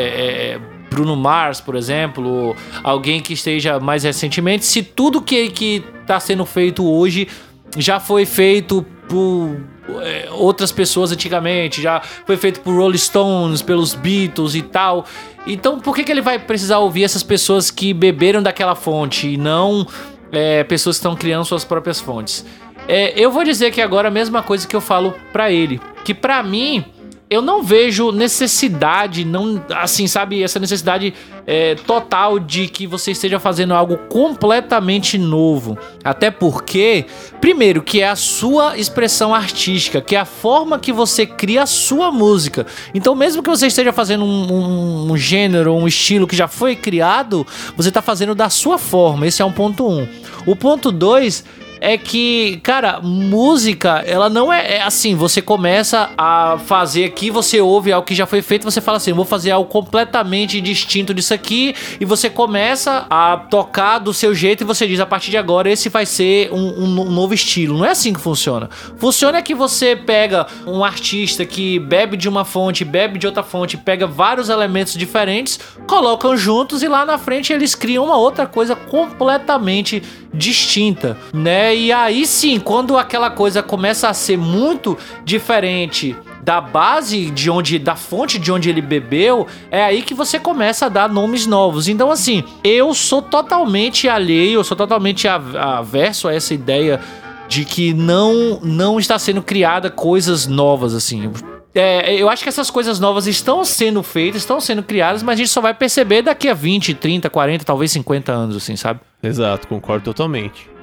B: Bruno Mars, por exemplo, ou alguém que esteja mais recentemente, se tudo que tá sendo feito hoje já foi feito por outras pessoas antigamente, já foi feito por Rolling Stones, pelos Beatles e tal. Então por que ele vai precisar ouvir essas pessoas que beberam daquela fonte e não pessoas que estão criando suas próprias fontes? Eu vou dizer que agora a mesma coisa que eu falo pra ele, que pra mim eu não vejo necessidade, não, assim, sabe, essa necessidade total de que você esteja fazendo algo completamente novo. Até porque, primeiro, que é a sua expressão artística, que é a forma que você cria a sua música. Então, mesmo que você esteja fazendo um gênero, um estilo que já foi criado, você está fazendo da sua forma. Esse é um ponto 1. O ponto 2... é que, cara, música, ela não é assim, você começa a fazer aqui, você ouve algo que já foi feito, você fala assim, eu vou fazer algo completamente distinto disso aqui, e você começa a tocar do seu jeito e você diz, a partir de agora, esse vai ser um novo estilo. Não é assim que funciona. Funciona que você pega um artista que bebe de uma fonte, bebe de outra fonte, pega vários elementos diferentes, colocam juntos e lá na frente eles criam uma outra coisa completamente distinta, né? E aí sim, quando aquela coisa começa a ser muito diferente da base da fonte de onde ele bebeu, é aí que você começa a dar nomes novos. Então assim, eu sou totalmente alheio, eu sou totalmente averso a essa ideia de que não está sendo criada coisas novas, assim. Eu acho que essas coisas novas estão sendo feitas, estão sendo criadas, mas a gente só vai perceber daqui a 20, 30, 40, talvez 50 anos, assim, sabe?
A: Exato, concordo totalmente.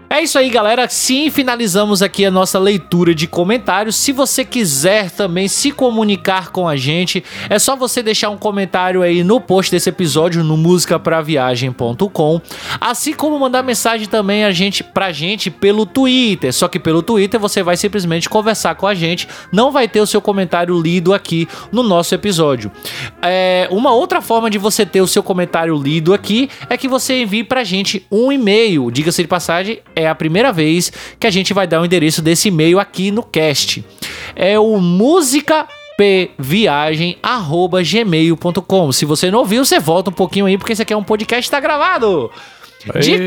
B: É isso aí, galera. Sim, finalizamos aqui a nossa leitura de comentários. Se você quiser também se comunicar com a gente, é só você deixar um comentário aí no post desse episódio no musicapraviagem.com, assim como mandar mensagem também pra gente pelo Twitter. Só que pelo Twitter você vai simplesmente conversar com a gente, não vai ter o seu comentário lido aqui no nosso episódio. Uma outra forma de você ter o seu comentário lido aqui é que você envie pra gente um e-mail. Diga-se de passagem, é a primeira vez que a gente vai dar o endereço desse e-mail aqui no cast. É o musicapviagem@gmail.com. Se você não ouviu, você volta um pouquinho aí, porque esse aqui é um podcast que tá gravado. De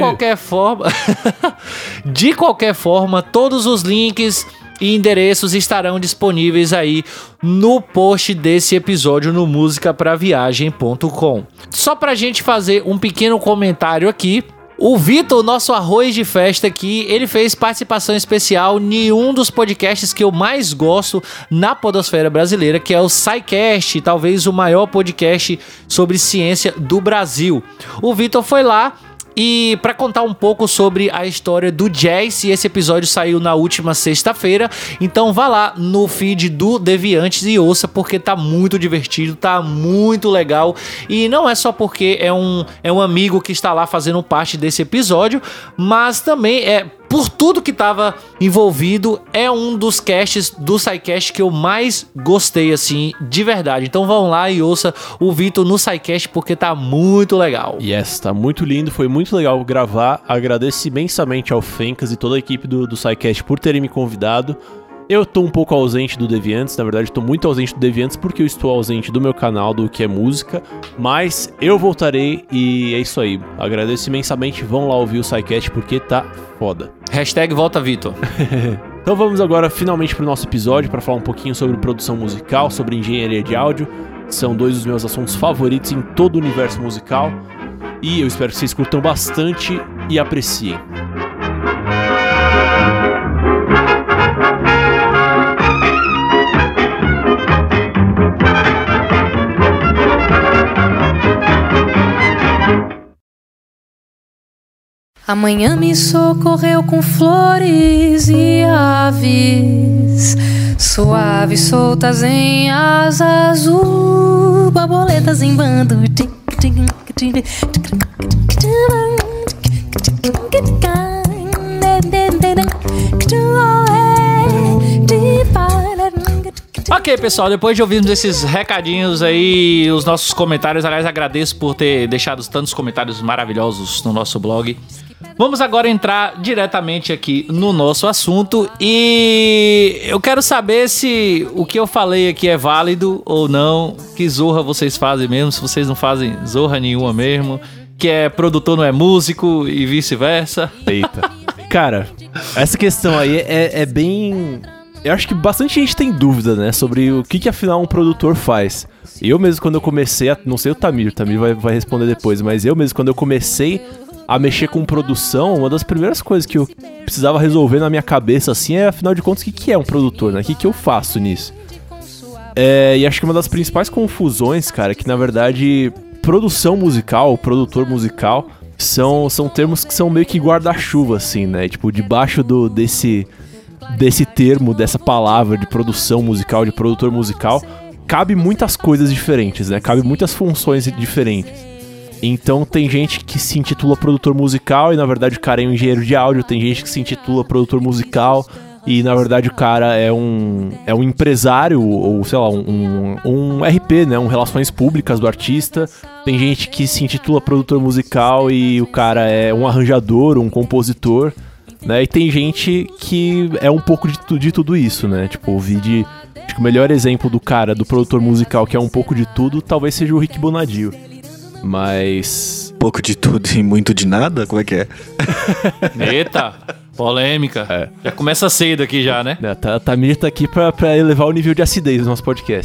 B: qualquer forma, todos os links e endereços estarão disponíveis aí no post desse episódio no musicapraviagem.com. Só pra gente fazer um pequeno comentário aqui, o Vitor, nosso arroz de festa aqui, ele fez participação especial em um dos podcasts que eu mais gosto na podosfera brasileira, que é o SciCast, talvez o maior podcast sobre ciência do Brasil. O Vitor foi lá e para contar um pouco sobre a história do jazz, e esse episódio saiu na última sexta-feira, então vá lá no feed do Deviantes e ouça, porque tá muito divertido, tá muito legal, e não é só porque é um amigo que está lá fazendo parte desse episódio, mas também por tudo que tava envolvido, é um dos casts do SciCast que eu mais gostei, assim, de verdade. Então vão lá e ouça o Vitor no SciCast, porque tá muito legal.
A: Yes, tá muito lindo, foi muito legal gravar. Agradeço imensamente ao Fencas e toda a equipe do SciCast por terem me convidado. Eu tô um pouco ausente do Deviantes, na verdade tô muito ausente do Deviantes porque eu estou ausente do meu canal, do que é música, mas eu voltarei e é isso aí. Agradeço imensamente, vão lá ouvir o SciCast porque tá foda.
B: Hashtag volta Vitor.
A: Então vamos agora finalmente pro nosso episódio para falar um pouquinho sobre produção musical, sobre engenharia de áudio. São dois dos meus assuntos favoritos em todo o universo musical e eu espero que vocês curtam bastante e apreciem.
D: Amanhã me socorreu com flores e aves suaves soltas em asa azul, borboletas em bando.
B: Ok, pessoal, depois de ouvirmos esses recadinhos aí, os nossos comentários, aliás, agradeço por ter deixado tantos comentários maravilhosos no nosso blog. Vamos agora entrar diretamente aqui no nosso assunto e eu quero saber se o que eu falei aqui é válido ou não, que zorra vocês fazem mesmo, se vocês não fazem zorra nenhuma mesmo, que é produtor não é músico e vice-versa.
A: Eita. Cara, essa questão aí é bem... Eu acho que bastante gente tem dúvida, né, sobre o que afinal um produtor faz. Eu mesmo quando eu comecei, não sei o Tamir vai responder depois, mas eu mesmo quando eu comecei a mexer com produção, uma das primeiras coisas que eu precisava resolver na minha cabeça, assim, é, afinal de contas, o que é um produtor, né? O que eu faço nisso? E acho que uma das principais confusões, cara, é que, na verdade, produção musical, produtor musical, são termos que são meio que guarda-chuva, assim, né? Tipo, debaixo desse termo, dessa palavra de produção musical, de produtor musical, cabe muitas coisas diferentes, né? Cabe muitas funções diferentes. Então tem gente que se intitula produtor musical e na verdade o cara é um engenheiro de áudio, tem gente que se intitula produtor musical e na verdade o cara é um empresário ou sei lá, um RP, né, um relações públicas do artista. Tem gente que se intitula produtor musical e o cara é um arranjador, um compositor, né? E tem gente que é um pouco de tudo isso, né? Tipo, acho que o melhor exemplo do produtor musical que é um pouco de tudo talvez seja o Rick Bonadio. Mas...
C: pouco de tudo e muito de nada? Como é que é?
B: Eita, polêmica. Já começa cedo aqui já, né?
A: A Tamir tá aqui pra elevar o nível de acidez do nosso podcast.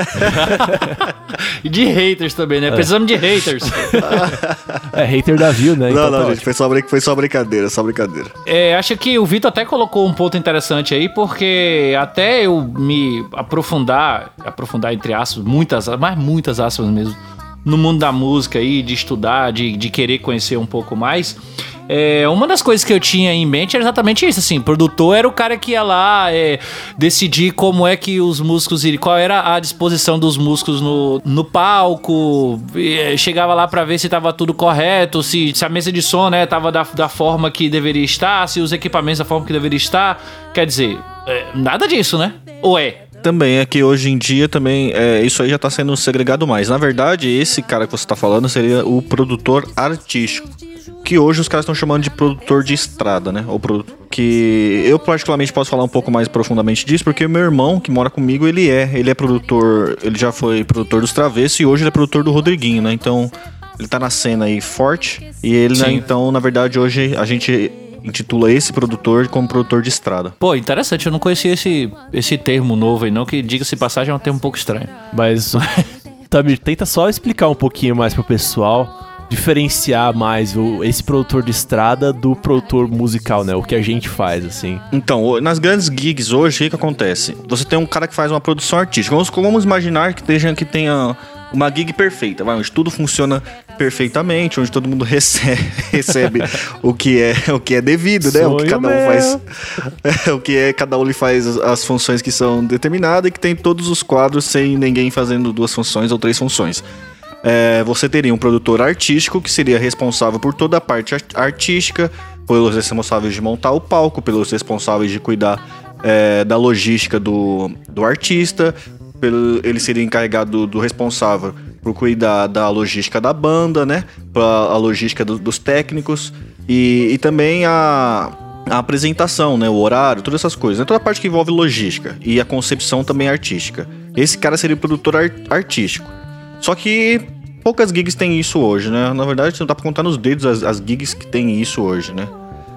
B: E de haters também, né? Precisamos de haters.
A: Hater da view, né?
C: Não,
A: então,
C: não, gente, foi só brincadeira,
B: Acho que o Vitor até colocou um ponto interessante aí, porque até eu me aprofundar entre aspas, muitas aspas mesmo, no mundo da música aí, de estudar, de querer conhecer um pouco mais, uma das coisas que eu tinha em mente era exatamente isso, assim, produtor era o cara que ia lá decidir como é que os músicos iriam, qual era a disposição dos músicos no palco, chegava lá pra ver se tava tudo correto, se a mesa de som, né, tava da forma que deveria estar, se os equipamentos da forma que deveria estar, quer dizer, nada disso, né? Ou é?
C: Também é que hoje em dia também isso aí já tá sendo segregado mais. Na verdade, esse cara que você tá falando seria o produtor artístico, que hoje os caras estão chamando de produtor de estrada, né? Ou que eu particularmente posso falar um pouco mais profundamente disso, porque o meu irmão, que mora comigo, ele é produtor, ele já foi produtor dos Travessos e hoje ele é produtor do Rodriguinho, né? Então, ele tá na cena aí forte e ele, né, então, na verdade, hoje a gente intitula esse produtor como produtor de estrada.
B: Pô, interessante, eu não conhecia esse termo novo aí não, que diga-se passagem é um termo um pouco estranho.
A: Mas, Tamir, tenta só explicar um pouquinho mais pro pessoal, diferenciar mais esse produtor de estrada do produtor musical, né? O que a gente faz, assim.
C: Então, nas grandes gigs hoje, o que acontece? Você tem um cara que faz uma produção artística. Vamos imaginar que tenha uma gig perfeita, onde tudo funciona perfeitamente, onde todo mundo recebe o que é devido, né? O que cada um faz, cada um faz as funções que são determinadas e que tem todos os quadros sem ninguém fazendo 2 funções ou 3 funções. Você teria um produtor artístico que seria responsável por toda a parte artística, pelos responsáveis de montar o palco, pelos responsáveis de cuidar da logística do artista. Ele seria encarregado do responsável por cuidar da logística da banda, né? A logística dos técnicos e também a apresentação, né? O horário, todas essas coisas. Toda a parte que envolve logística e a concepção também artística. Esse cara seria o produtor artístico. Só que poucas gigs têm isso hoje, né? Na verdade, não dá pra contar nos dedos as gigs que tem isso hoje, né?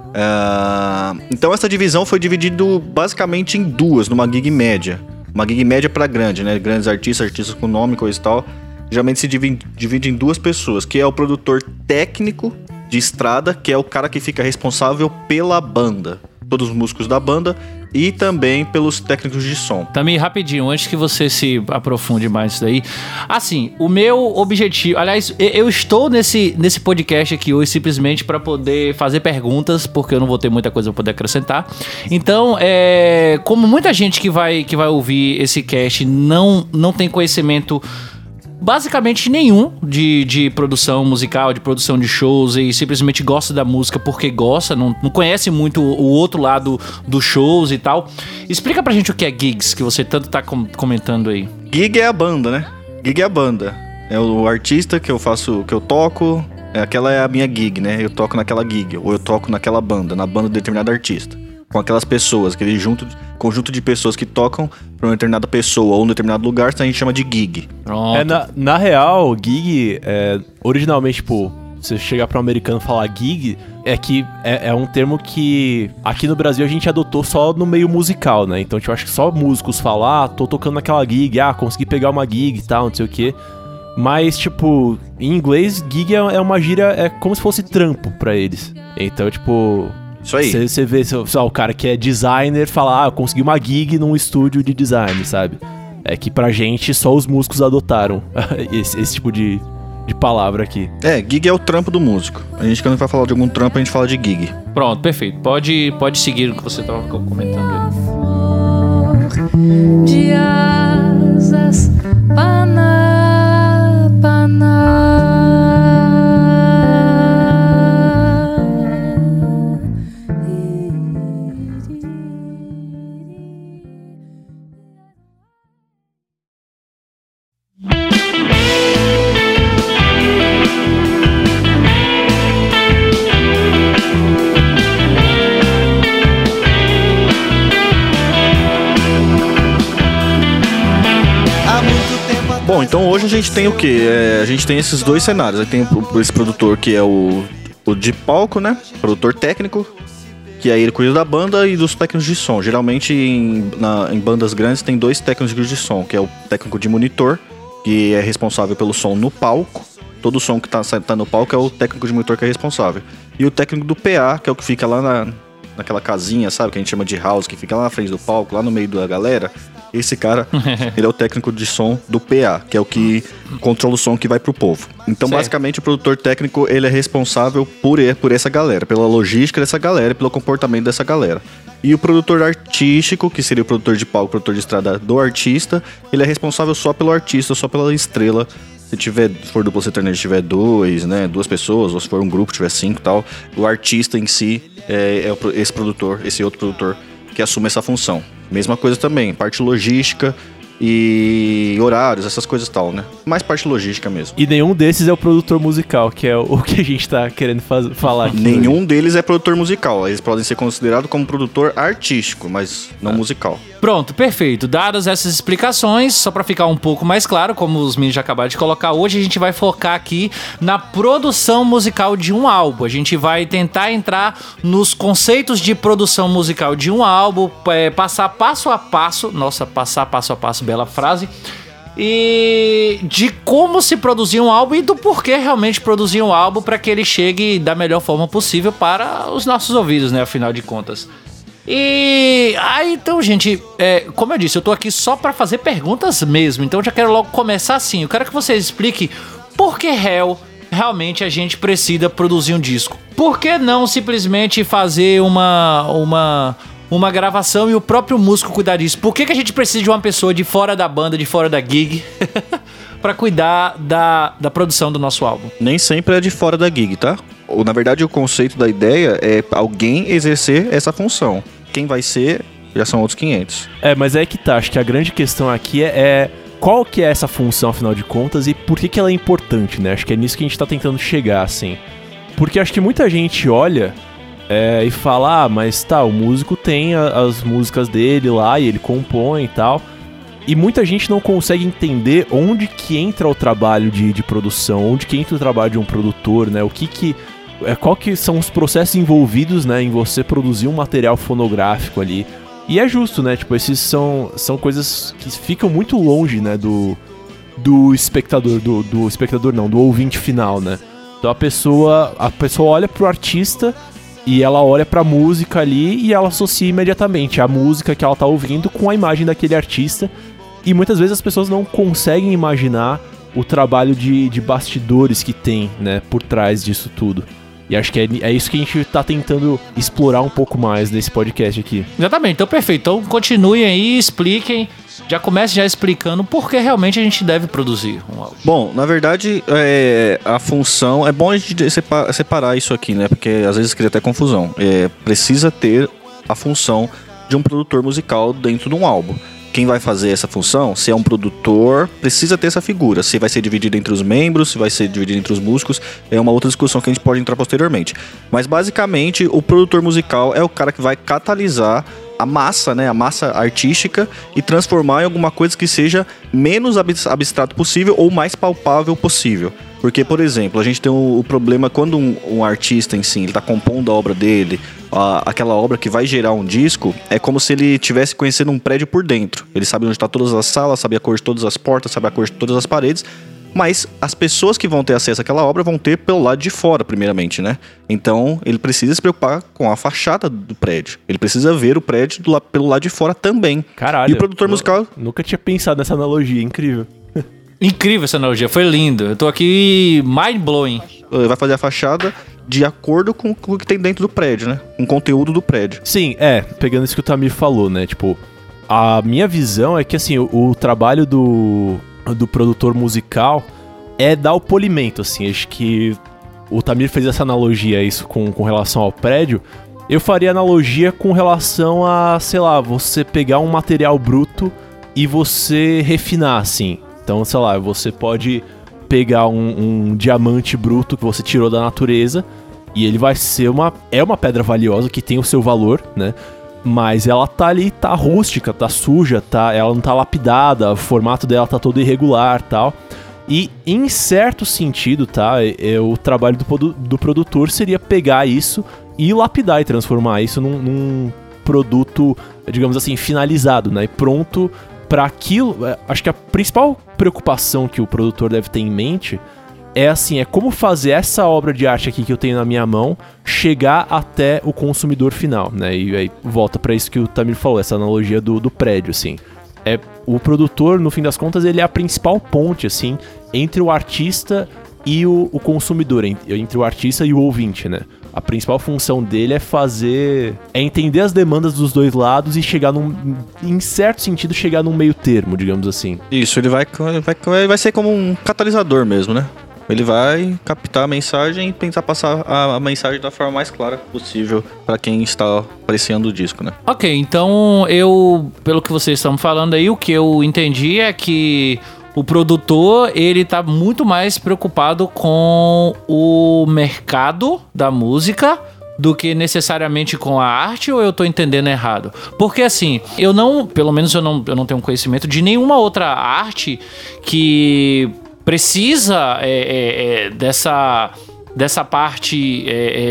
C: Então essa divisão foi dividida basicamente em 2, numa gig média. Uma gig média pra grande, né? Grandes artistas com nome, coisa e tal. Geralmente se divide em 2 pessoas, que é o produtor técnico de estrada, que é o cara que fica responsável pela banda. Todos os músicos da banda e também pelos técnicos de som.
B: Também, rapidinho, antes que você se aprofunde mais nisso daí. Assim, o meu objetivo... Aliás, eu estou nesse podcast aqui hoje simplesmente para poder fazer perguntas, porque eu não vou ter muita coisa para poder acrescentar. Então, como muita gente que vai ouvir esse cast não tem conhecimento basicamente nenhum de produção musical, de produção de shows, e simplesmente gosta da música porque gosta, não conhece muito o outro lado dos shows e tal. Explica pra gente o que é gigs, que você tanto tá comentando aí.
C: Gig é a banda, né? Gig é a banda. É o artista que eu toco, aquela é a minha gig, né? Eu toco naquela gig, ou eu toco naquela banda, na banda de determinado artista. Com aquelas pessoas, aquele conjunto de pessoas que tocam para uma determinada pessoa ou um determinado lugar, a gente chama de gig.
A: Na real, gig, originalmente, tipo, você chegar para um americano e falar gig, que é um termo que aqui no Brasil a gente adotou só no meio musical, né? Então, eu acho que só músicos falam, tô tocando naquela gig, consegui pegar uma gig e tal, não sei o quê. Mas, tipo, em inglês, gig é uma gíria, é como se fosse trampo pra eles. Então, tipo...
C: Isso aí.
A: Você vê o cara que é designer falar, eu consegui uma gig num estúdio de design, sabe? É que pra gente só os músicos adotaram esse tipo de palavra aqui.
C: Gig é o trampo do músico. A gente, quando vai falar de algum trampo, a gente fala de gig.
B: Pronto, perfeito. Pode seguir o que você tava comentando aí.
D: De asas, paná, paná.
C: Bom, então hoje a gente tem o quê? A gente tem esses 2 cenários. Aí tem esse produtor que é o de palco, né? Produtor técnico, que aí ele cuida da banda e dos técnicos de som. Geralmente em bandas grandes tem 2 técnicos de som, que é o técnico de monitor, que é responsável pelo som no palco. Todo o som que tá no palco é o técnico de monitor que é responsável. E o técnico do PA, que é o que fica lá naquela casinha, sabe? Que a gente chama de house, que fica lá na frente do palco, lá no meio da galera. Esse cara, ele é o técnico de som do PA, que é o que controla o som que vai pro povo. Então,
B: Certo.
C: basicamente, o produtor técnico, ele é responsável por essa galera, pela logística dessa galera e pelo comportamento dessa galera. E o produtor artístico, que seria o produtor de palco, o produtor de estrada do artista, ele é responsável só pelo artista, só pela estrela. Se for dupla sertaneja, tiver duas pessoas, ou se for um grupo, tiver 5 e tal, o artista em si esse outro produtor que assume essa função. Mesma coisa também, parte logística e horários, essas coisas e tal, né? Mais parte logística mesmo.
A: E nenhum desses é o produtor musical, que é o que a gente tá querendo falar aqui.
C: Nenhum deles é produtor musical. Eles podem ser considerados como produtor artístico, mas não musical.
B: Pronto, perfeito. Dadas essas explicações, só pra ficar um pouco mais claro, como os meninos já acabaram de colocar, hoje a gente vai focar aqui na produção musical de um álbum. A gente vai tentar entrar nos conceitos de produção musical de um álbum, passar passo a passo, bela frase, e de como se produzir um álbum e do porquê realmente produzir um álbum para que ele chegue da melhor forma possível para os nossos ouvidos, né, afinal de contas. E aí, então, gente, como eu disse, eu tô aqui só pra fazer perguntas mesmo, então já quero logo começar assim. Eu quero que vocês expliquem por que realmente a gente precisa produzir um disco. Por que não simplesmente fazer uma gravação e o próprio músico cuidar disso? Por que a gente precisa de uma pessoa de fora da banda, de fora da gig, pra cuidar da produção do nosso álbum?
C: Nem sempre é de fora da gig, tá? Ou, na verdade, o conceito da ideia é alguém exercer essa função. Quem vai ser, já são outros 500.
A: Mas é que tá, acho que a grande questão aqui é qual que é essa função, afinal de contas, e por que ela é importante, né? Acho que é nisso que a gente tá tentando chegar, assim. Porque acho que muita gente olha e fala, mas tá, o músico tem as músicas dele lá e ele compõe e tal. E muita gente não consegue entender onde que entra o trabalho de produção, onde que entra o trabalho de um produtor, né? Qual que são os processos envolvidos, né, em você produzir um material fonográfico ali. E é justo, né? Tipo, esses são coisas que ficam muito longe, né, do espectador, do espectador não, do ouvinte final, né? Então a pessoa olha pro artista e ela olha pra música ali e ela associa imediatamente a música que ela tá ouvindo com a imagem daquele artista. E muitas vezes as pessoas não conseguem imaginar o trabalho de bastidores que tem, né, por trás disso tudo. E acho que é isso que a gente tá tentando explorar um pouco mais nesse podcast aqui.
B: Exatamente, então perfeito. Então continuem aí, expliquem. Já comece já explicando por que realmente a gente deve produzir um álbum.
C: Bom, na verdade, a função... É bom a gente separar isso aqui, né? Porque às vezes cria até confusão. Precisa ter a função de um produtor musical dentro de um álbum. Quem vai fazer essa função, se é um produtor, precisa ter essa figura. Se vai ser dividido entre os membros, se vai ser dividido entre os músicos, é uma outra discussão que a gente pode entrar posteriormente. Mas basicamente, o produtor musical é o cara que vai catalisar a massa, né, a massa artística e transformar em alguma coisa que seja menos abstrato possível ou mais palpável possível. Porque, por exemplo, a gente tem o problema quando um artista em si, ele tá compondo a obra dele, aquela obra que vai gerar um disco, é como se ele estivesse conhecendo um prédio por dentro. Ele sabe onde está todas as salas, sabe a cor de todas as portas, sabe a cor de todas as paredes, mas as pessoas que vão ter acesso àquela obra vão ter pelo lado de fora, primeiramente, né? Então, ele precisa se preocupar com a fachada do prédio. Ele precisa ver o prédio pelo lado de fora também.
A: Caralho.
C: E o produtor musical...
A: Nunca tinha pensado nessa analogia, incrível.
B: Incrível essa analogia, foi lindo. Eu tô aqui mind-blowing.
C: Vai fazer a fachada de acordo com o que tem dentro do prédio, né? Com o conteúdo do prédio.
A: Sim, pegando isso que o Tamir falou, né? Tipo, a minha visão é que, assim, o trabalho do produtor musical é dar o polimento, assim. Acho que o Tamir fez essa analogia isso com relação ao prédio. Eu faria analogia com relação a, sei lá, você pegar um material bruto e você refinar, assim. Então, sei lá, você pode pegar um diamante bruto que você tirou da natureza e ele vai ser uma pedra valiosa que tem o seu valor, né? Mas ela tá ali, tá rústica, tá suja, ela não tá lapidada, o formato dela tá todo irregular e tal. E, em certo sentido, o trabalho do produtor seria pegar isso e lapidar e transformar isso num produto, digamos assim, finalizado, né? E pronto para aquilo. Acho que a principal preocupação que o produtor deve ter em mente é como fazer essa obra de arte aqui que eu tenho na minha mão chegar até o consumidor final, né? E aí volta para isso que o Tamir falou, essa analogia do prédio, assim. O produtor, no fim das contas, ele é a principal ponte, assim, entre o artista e o consumidor, entre o artista e o ouvinte, né? A principal função dele é entender as demandas dos dois lados e chegar em certo sentido, chegar num meio termo, digamos assim.
C: Isso, ele vai ser como um catalisador mesmo, né? Ele vai captar a mensagem e tentar passar a mensagem da forma mais clara possível para quem está apreciando o disco, né?
B: Ok, então pelo que vocês estão falando aí, o que eu entendi é que o produtor, ele tá muito mais preocupado com o mercado da música do que necessariamente com a arte, ou eu tô entendendo errado? Porque assim, pelo menos eu não tenho conhecimento de nenhuma outra arte que precisa dessa parte...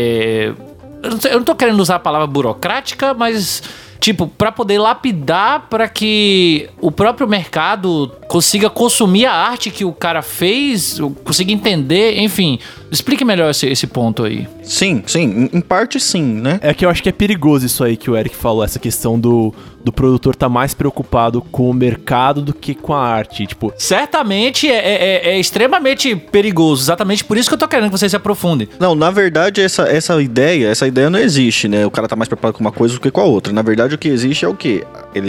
B: eu não tô querendo usar a palavra burocrática, mas... tipo, pra poder lapidar pra que o próprio mercado consiga consumir a arte que o cara fez, consiga entender, enfim. Explique melhor esse ponto aí.
C: Sim, em parte sim, né?
A: É que eu acho que é perigoso isso aí que o Eric falou, essa questão do produtor tá mais preocupado com o mercado do que com a arte, tipo...
B: Certamente é extremamente perigoso, exatamente por isso que eu tô querendo que vocês se aprofundem.
C: Não, na verdade, essa ideia não existe, né? O cara tá mais preocupado com uma coisa do que com a outra. Na verdade, o que existe é o quê?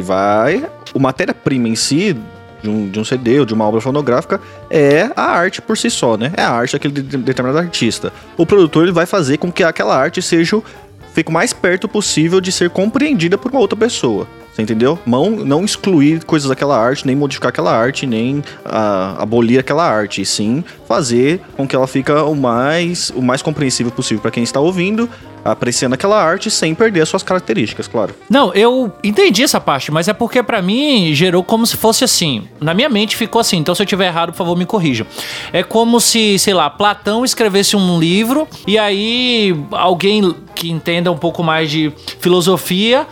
C: O matéria-prima em si... De um CD ou de uma obra fonográfica é a arte por si só, né? É a arte daquele determinado artista. O produtor ele vai fazer com que aquela arte fique o mais perto possível de ser compreendida por uma outra pessoa. Você entendeu? Não excluir coisas daquela arte, nem modificar aquela arte, nem abolir aquela arte. E sim fazer com que ela fique o mais compreensível possível para quem está ouvindo, apreciando aquela arte sem perder as suas características, claro.
B: Não, eu entendi essa parte, mas é porque pra mim gerou como se fosse assim. Na minha mente ficou assim, então se eu tiver errado, por favor, me corrijam. É como se, sei lá, Platão escrevesse um livro e aí alguém que entenda um pouco mais de filosofia...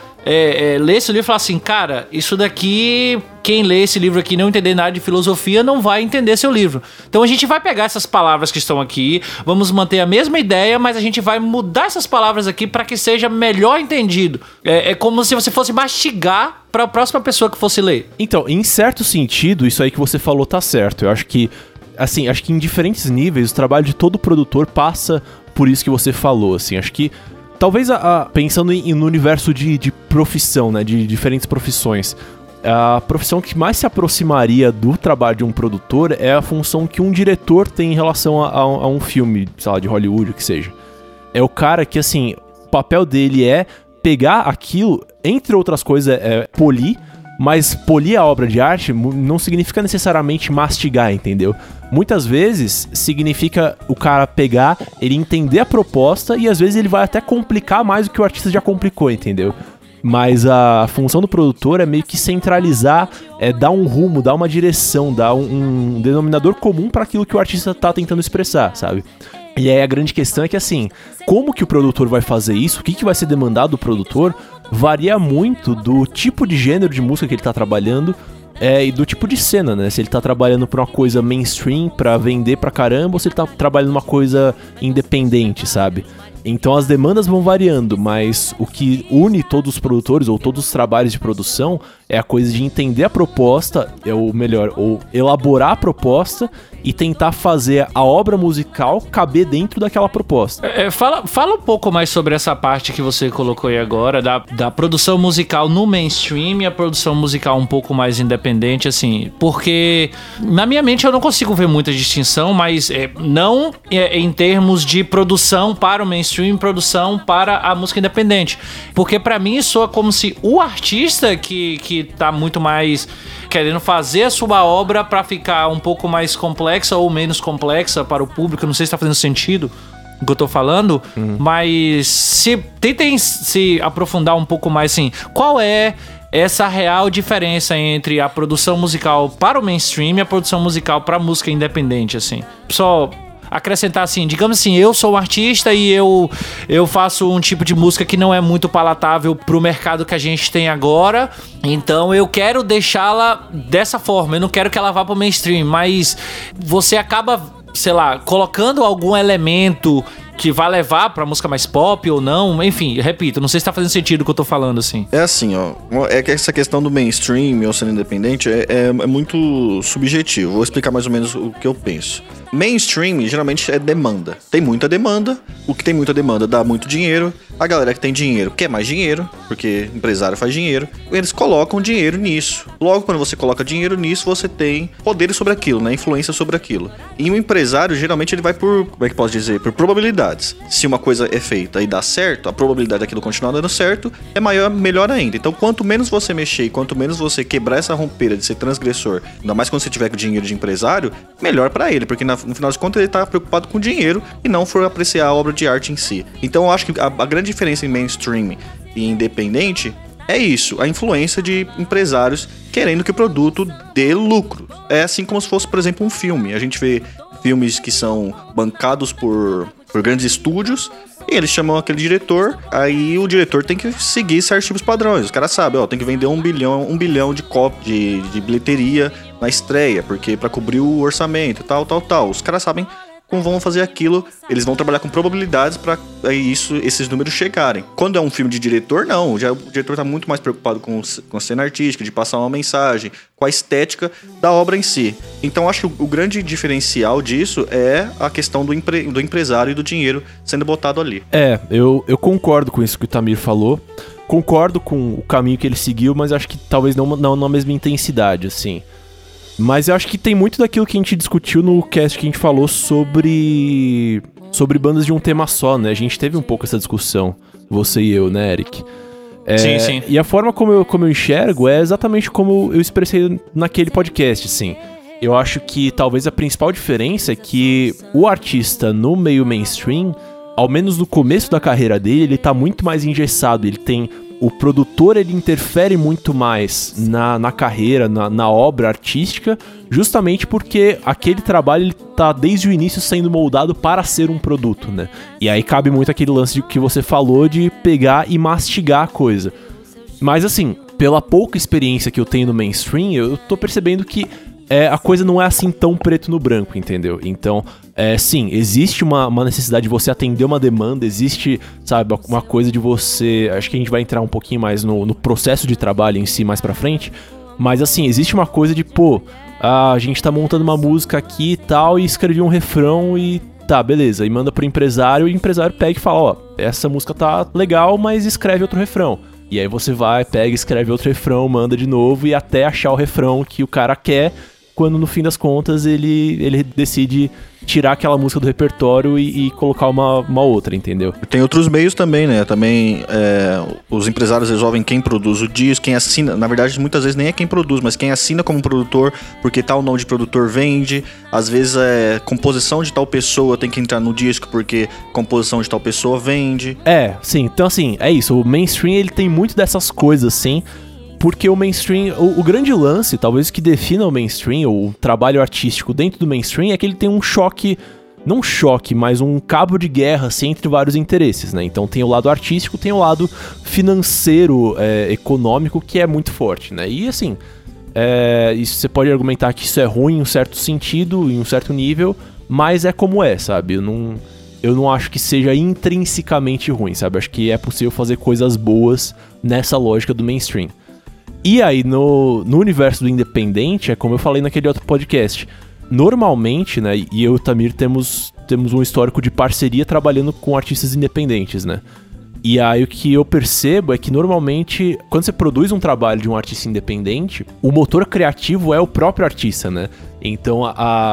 B: lê esse livro e fala assim, cara, isso daqui, quem lê esse livro aqui e não entender nada de filosofia não vai entender seu livro. Então a gente vai pegar essas palavras que estão aqui, vamos manter a mesma ideia, mas a gente vai mudar essas palavras aqui para que seja melhor entendido. É como se você fosse mastigar para a próxima pessoa que fosse ler.
A: Então, em certo sentido, isso aí que você falou tá certo. Eu acho que, assim, em diferentes níveis, o trabalho de todo produtor passa por isso que você falou, assim, acho que talvez pensando no universo de profissão, né, de diferentes profissões, a profissão que mais se aproximaria do trabalho de um produtor é a função que um diretor tem em relação a um filme, sei lá, de Hollywood, o que seja. É o cara que, assim, o papel dele é pegar aquilo, entre outras coisas, polir, mas polir a obra de arte não significa necessariamente mastigar, entendeu? Muitas vezes significa o cara pegar, ele entender a proposta e às vezes ele vai até complicar mais do que o artista já complicou, entendeu? Mas a função do produtor é meio que centralizar, dar um rumo, dar uma direção, dar um denominador comum para aquilo que o artista tá tentando expressar, sabe? E aí a grande questão é que, assim, como que o produtor vai fazer isso, o que vai ser demandado do produtor, varia muito do tipo de gênero de música que ele tá trabalhando e do tipo de cena, né? Se ele tá trabalhando pra uma coisa mainstream, pra vender pra caramba, ou se ele tá trabalhando uma coisa independente, sabe? Então as demandas vão variando, mas o que une todos os produtores ou todos os trabalhos de produção é a coisa de entender a proposta, ou elaborar a proposta e tentar fazer a obra musical caber dentro daquela proposta.
B: Fala um pouco mais sobre essa parte que você colocou aí agora, da produção musical no mainstream e a produção musical um pouco mais independente, assim, porque na minha mente eu não consigo ver muita distinção, mas não em termos de produção para o mainstream, produção para a música independente, porque pra mim soa como se o artista que tá muito mais querendo fazer a sua obra pra ficar um pouco mais complexa ou menos complexa para o público, não sei se tá fazendo sentido o que eu tô falando, mas tentem se aprofundar um pouco mais, assim, qual é essa real diferença entre a produção musical para o mainstream e a produção musical para a música independente, assim. Só acrescentar assim, digamos assim, eu sou um artista e eu faço um tipo de música que não é muito palatável pro mercado que a gente tem agora, então eu quero deixá-la dessa forma, eu não quero que ela vá pro mainstream, mas você acaba, sei lá, colocando algum elemento que vai levar pra música mais pop ou não? Enfim, repito, não sei se tá fazendo sentido o que eu tô falando, assim.
C: É assim, ó. É que essa questão do mainstream ou sendo independente é muito subjetivo. Vou explicar mais ou menos o que eu penso. Mainstream geralmente é demanda. Tem muita demanda. O que tem muita demanda dá muito dinheiro. A galera que tem dinheiro quer mais dinheiro, porque empresário faz dinheiro. Eles colocam dinheiro nisso. Logo, quando você coloca dinheiro nisso, você tem poder sobre aquilo, né? Influência sobre aquilo. E o empresário, geralmente, ele vai por, como é que posso dizer? Por probabilidades. Se uma coisa é feita e dá certo, a probabilidade daquilo continuar dando certo é melhor ainda. Então, quanto menos você mexer e quanto menos você quebrar essa rompeira de ser transgressor, ainda mais quando você tiver com dinheiro de empresário, melhor pra ele, porque no final de contas ele tá preocupado com dinheiro e não for apreciar a obra de arte em si. Então, eu acho que a grande diferença em mainstream e independente é isso, a influência de empresários querendo que o produto dê lucro. É assim como se fosse, por exemplo, um filme. A gente vê filmes que são bancados por grandes estúdios e eles chamam aquele diretor, aí o diretor tem que seguir certos tipos de padrões. Os caras sabem, ó, tem que vender 1 bilhão de cópias de bilheteria na estreia, porque para cobrir o orçamento, tal. Os caras sabem como vão fazer aquilo, eles vão trabalhar com probabilidades para esses números chegarem. Quando é um filme de diretor, não. Já o diretor está muito mais preocupado com a cena artística, de passar uma mensagem, com a estética da obra em si. Então, acho que o grande diferencial disso é a questão do empresário e do dinheiro sendo botado ali.
A: Eu concordo com isso que o Tamir falou. Concordo com o caminho que ele seguiu, mas acho que talvez não na mesma intensidade, assim. Mas eu acho que tem muito daquilo que a gente discutiu no cast que a gente falou sobre bandas de um tema só, né? A gente teve um pouco essa discussão, você e eu, né, Eric?
B: Sim.
A: E a forma como eu enxergo é exatamente como eu expressei naquele podcast, assim. Eu acho que talvez a principal diferença é que o artista no meio mainstream, ao menos no começo da carreira dele, ele tá muito mais engessado, ele tem... O produtor, ele interfere muito mais na carreira, na obra artística, justamente porque aquele trabalho, ele tá desde o início sendo moldado para ser um produto, né? E aí cabe muito aquele lance que você falou de pegar e mastigar a coisa. Mas assim, pela pouca experiência que eu tenho no mainstream, eu tô percebendo que a coisa não é assim tão preto no branco, entendeu? Então, sim, existe uma necessidade de você atender uma demanda, existe, sabe, uma coisa de você... Acho que a gente vai entrar um pouquinho mais no processo de trabalho em si mais pra frente, mas assim, existe uma coisa de, a gente tá montando uma música aqui e tal, e escrevi um refrão e tá, beleza, e manda pro empresário, e o empresário pega e fala, essa música tá legal, mas escreve outro refrão. E aí você vai, pega, escreve outro refrão, manda de novo, e até achar o refrão que o cara quer, quando no fim das contas ele decide tirar aquela música do repertório e colocar uma outra, entendeu?
C: Tem outros meios também, né? Também os empresários resolvem quem produz o disco, quem assina. Na verdade, muitas vezes nem é quem produz, mas quem assina como produtor, porque tal nome de produtor vende. Às vezes composição de tal pessoa tem que entrar no disco, porque composição de tal pessoa vende.
A: Sim. Então, assim, é isso. O mainstream, ele tem muito dessas coisas, assim. Porque o mainstream, o grande lance, talvez que defina o mainstream, ou o trabalho artístico dentro do mainstream, é que ele tem um choque, não um choque, mas um cabo de guerra, assim, entre vários interesses, né? Então tem o lado artístico, tem o lado financeiro, econômico, que é muito forte, né? E assim, isso, você pode argumentar que isso é ruim em um certo sentido, em um certo nível, mas é como sabe? Eu não acho que seja intrinsecamente ruim, sabe? Acho que é possível fazer coisas boas nessa lógica do mainstream. E aí, no universo do independente, é como eu falei naquele outro podcast, normalmente, né, e eu e o Tamir temos um histórico de parceria trabalhando com artistas independentes, né? E aí o que eu percebo é que normalmente, quando você produz um trabalho de um artista independente, o motor criativo é o próprio artista, né? Então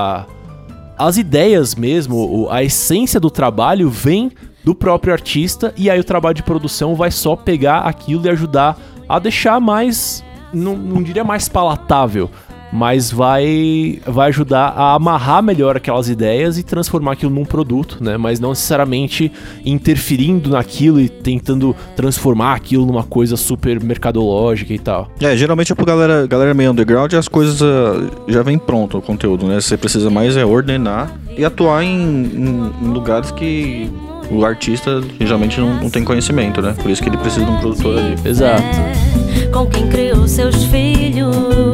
A: as ideias mesmo, a essência do trabalho vem do próprio artista, e aí o trabalho de produção vai só pegar aquilo e ajudar a deixar mais, não diria mais palatável, mas vai ajudar a amarrar melhor aquelas ideias e transformar aquilo num produto, né? Mas não necessariamente interferindo naquilo e tentando transformar aquilo numa coisa super mercadológica e tal.
C: Geralmente é pra galera meio underground, as coisas já vem pronto o conteúdo, né? Você precisa mais ordenar e atuar em lugares que o artista geralmente não tem conhecimento, né? Por isso que ele precisa de um produtor ali.
A: Exato.
D: Com quem criou seus filhos,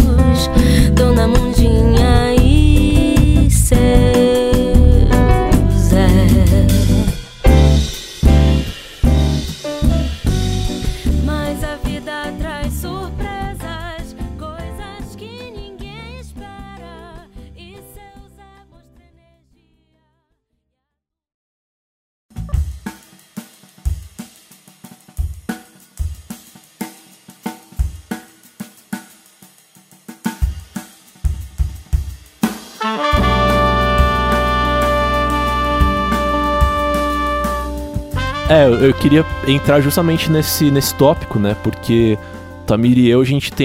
D: Dona Mundinha e seu Zé.
A: Eu queria entrar justamente nesse tópico, né? Porque Tamir e eu, a gente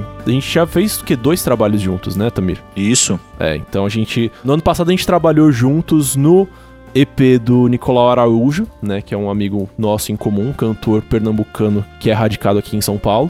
A: já fez, 2 trabalhos juntos, né, Tamir?
C: Isso.
A: Então no ano passado a gente trabalhou juntos no EP do Nicolau Araújo, né, que é um amigo nosso em comum, cantor pernambucano que é radicado aqui em São Paulo.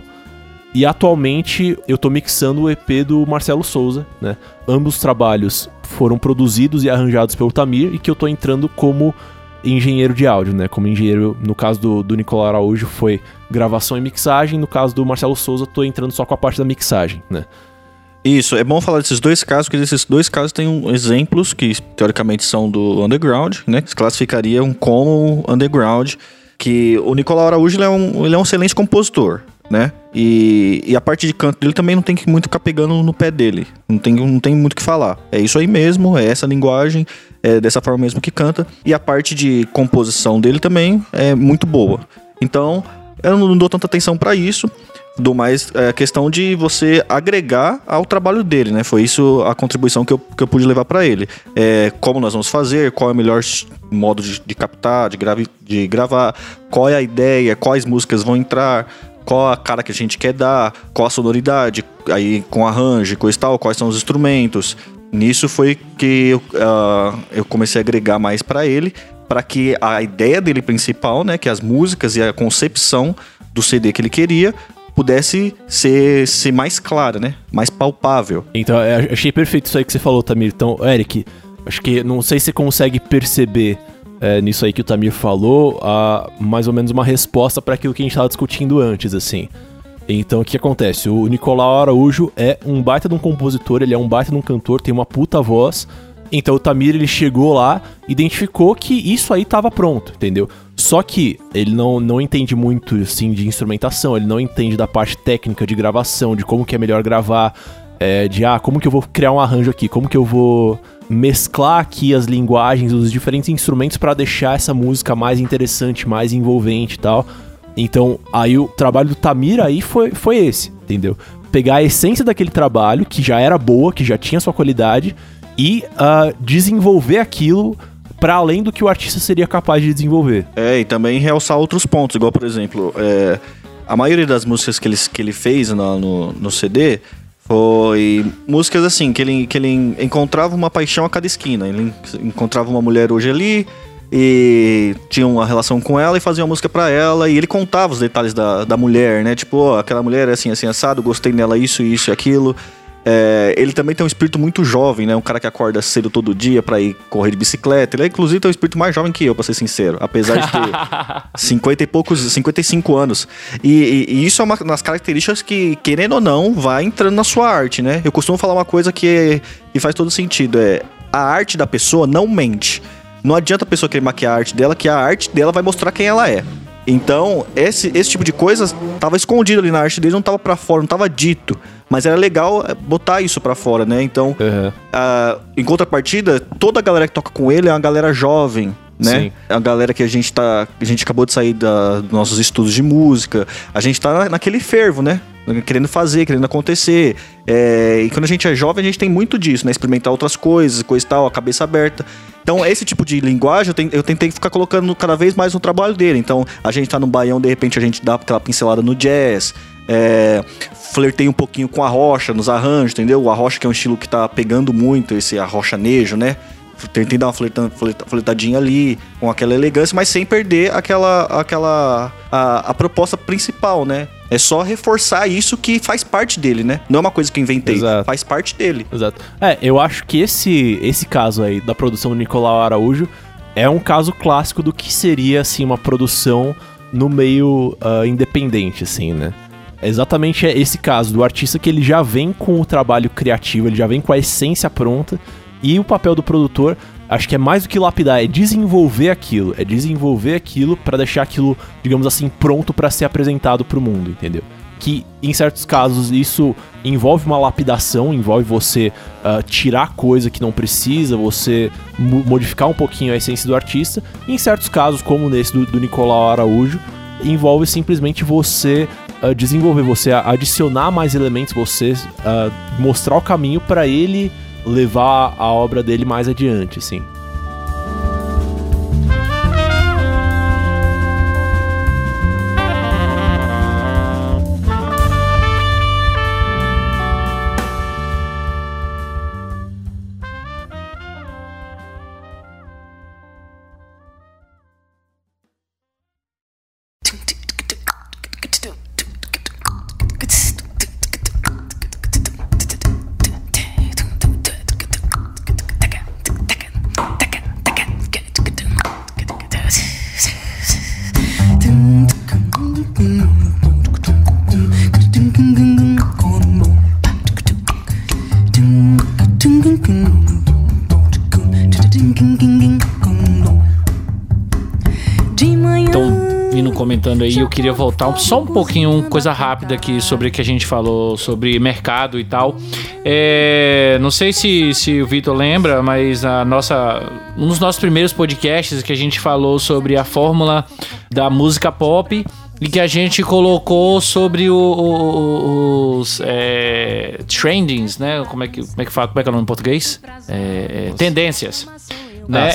A: E atualmente eu tô mixando o EP do Marcelo Souza, né? Ambos trabalhos foram produzidos e arranjados pelo Tamir e que eu tô entrando como engenheiro de áudio, né? Como engenheiro, no caso do Nicolau Araújo foi gravação e mixagem, no caso do Marcelo Souza tô entrando só com a parte da mixagem, né?
C: Isso, é bom falar desses 2 casos, porque esses 2 casos têm exemplos que teoricamente são do underground, né? Que se classificariam como underground, que o Nicolau Araújo ele é um excelente compositor, né? E a parte de canto dele também não tem que muito ficar pegando no pé dele. Não tem muito o que falar. É isso aí mesmo, é essa linguagem, é dessa forma mesmo que canta. E a parte de composição dele também é muito boa. Então, eu não dou tanta atenção pra isso. Dou mais questão de você agregar ao trabalho dele, né? Foi isso a contribuição que eu pude levar pra ele. Como nós vamos fazer, qual é o melhor modo de captar, de gravar, qual é a ideia, quais músicas vão entrar, qual a cara que a gente quer dar, qual a sonoridade, aí com arranjo, coisa e tal, quais são os instrumentos. Nisso foi que eu comecei a agregar mais pra ele, para que a ideia dele principal, né, que as músicas e a concepção do CD que ele queria pudesse ser mais clara, né, mais palpável.
A: Então, eu achei perfeito isso aí que você falou, Tamir. Então, Eric, acho que não sei se você consegue perceber nisso aí que o Tamir falou, mais ou menos uma resposta para aquilo que a gente estava discutindo antes, assim. Então, o que acontece? O Nicolau Araújo é um baita de um compositor, ele é um baita de um cantor, tem uma puta voz. Então, o Tamir, ele chegou lá, identificou que isso aí tava pronto, entendeu? Só que ele não entende muito, assim, de instrumentação, ele não entende da parte técnica de gravação, de como que é melhor gravar, como que eu vou criar um arranjo aqui, como que eu vou mesclar aqui as linguagens, os diferentes instrumentos para deixar essa música mais interessante, mais envolvente e tal. Então, aí o trabalho do Tamir aí foi esse, entendeu? Pegar a essência daquele trabalho, que já era boa, que já tinha sua qualidade, e desenvolver aquilo para além do que o artista seria capaz de desenvolver.
C: E também realçar outros pontos, igual, por exemplo, a maioria das músicas que ele fez no CD foi músicas assim, que ele encontrava uma paixão a cada esquina. Ele encontrava uma mulher hoje ali e tinha uma relação com ela e fazia uma música pra ela, e ele contava os detalhes da mulher, né? Tipo, aquela mulher é assim, assim, assado, gostei dela, isso e aquilo. Ele também tem um espírito muito jovem, né? Um cara que acorda cedo todo dia pra ir correr de bicicleta. Ele, inclusive, tem um espírito mais jovem que eu, pra ser sincero. Apesar de ter 55 anos. E isso é uma das características que, querendo ou não, vai entrando na sua arte, né? Eu costumo falar uma coisa que faz todo sentido. A arte da pessoa não mente. Não adianta a pessoa querer maquiar a arte dela, que a arte dela vai mostrar quem ela é. Então, esse tipo de coisa tava escondido ali na arte dele, não tava pra fora, não tava dito. Mas era legal botar isso pra fora, né? Então, em contrapartida, toda a galera que toca com ele é uma galera jovem, né? Sim. É uma galera que a gente acabou de sair dos nossos estudos de música. A gente tá naquele fervo, né? Querendo fazer, querendo acontecer. E quando a gente é jovem, a gente tem muito disso, né? Experimentar outras coisas, coisa e tal, a cabeça aberta. Então, esse tipo de linguagem eu tentei ficar colocando cada vez mais no trabalho dele. Então, a gente tá no baião, de repente a gente dá aquela pincelada no jazz. Flertei um pouquinho com a rocha nos arranjos, entendeu? A rocha que é um estilo que tá pegando muito, esse arrochanejo, né? Tentei dar uma flertadinha ali, com aquela elegância, mas sem perder a proposta principal, né? É só reforçar isso que faz parte dele, né? Não é uma coisa que eu inventei, exato, faz parte dele.
A: Exato. Eu acho que esse caso aí da produção do Nicolau Araújo é um caso clássico do que seria, assim, uma produção no meio independente, assim, né? Exatamente esse caso do artista que ele já vem com o trabalho criativo, ele já vem com a essência pronta. E o papel do produtor, acho que é mais do que lapidar, é desenvolver aquilo. É desenvolver aquilo pra deixar aquilo, digamos assim, pronto pra ser apresentado pro mundo, entendeu? Que, em certos casos, isso envolve uma lapidação, envolve você tirar coisa que não precisa, você modificar um pouquinho a essência do artista. E em certos casos, como nesse do Nicolau Araújo, envolve simplesmente você desenvolver, você adicionar mais elementos, você mostrar o caminho pra ele levar a obra dele mais adiante, assim.
B: comentando aí, eu queria voltar só um pouquinho, coisa rápida aqui sobre o que a gente falou sobre mercado e tal. Não sei se o Vitor lembra, mas um dos nossos primeiros podcasts que a gente falou sobre a fórmula da música pop e que a gente colocou sobre os trendings, né? Como é que fala? Como é que é o nome em português? Tendências. Né?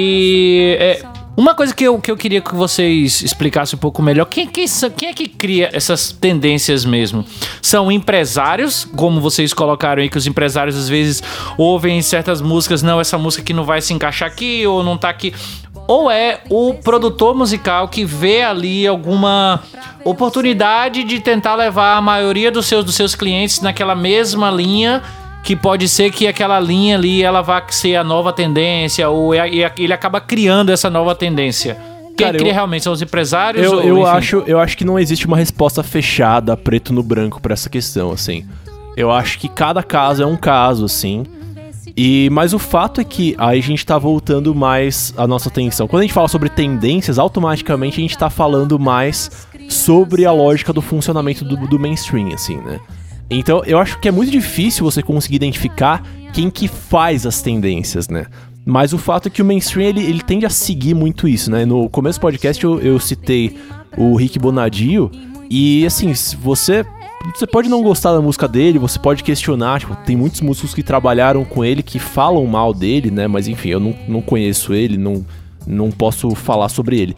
B: Uma coisa que eu queria que vocês explicassem um pouco melhor, quem é que cria essas tendências mesmo? São empresários, como vocês colocaram aí, que os empresários às vezes ouvem certas músicas, não, essa música aqui não vai se encaixar aqui, ou não tá aqui. Ou é o produtor musical que vê ali alguma oportunidade de tentar levar a maioria dos seus clientes naquela mesma linha, que pode ser que aquela linha ali ela vá ser a nova tendência, ou ele acaba criando essa nova tendência. Quem cria realmente são os empresários?
A: Eu acho que não existe uma resposta fechada, preto no branco, pra essa questão, assim. Eu acho que cada caso é um caso, assim. Mas o fato é que aí a gente tá voltando mais a nossa atenção. Quando a gente fala sobre tendências, automaticamente a gente tá falando mais sobre a lógica do funcionamento do mainstream, assim, né? Então, eu acho que é muito difícil você conseguir identificar quem que faz as tendências, né? Mas o fato é que o mainstream, ele tende a seguir muito isso, né? No começo do podcast, eu citei o Rick Bonadio. E, assim, você pode não gostar da música dele, você pode questionar. Tipo, tem muitos músicos que trabalharam com ele que falam mal dele, né? Mas, enfim, eu não conheço ele, não posso falar sobre ele.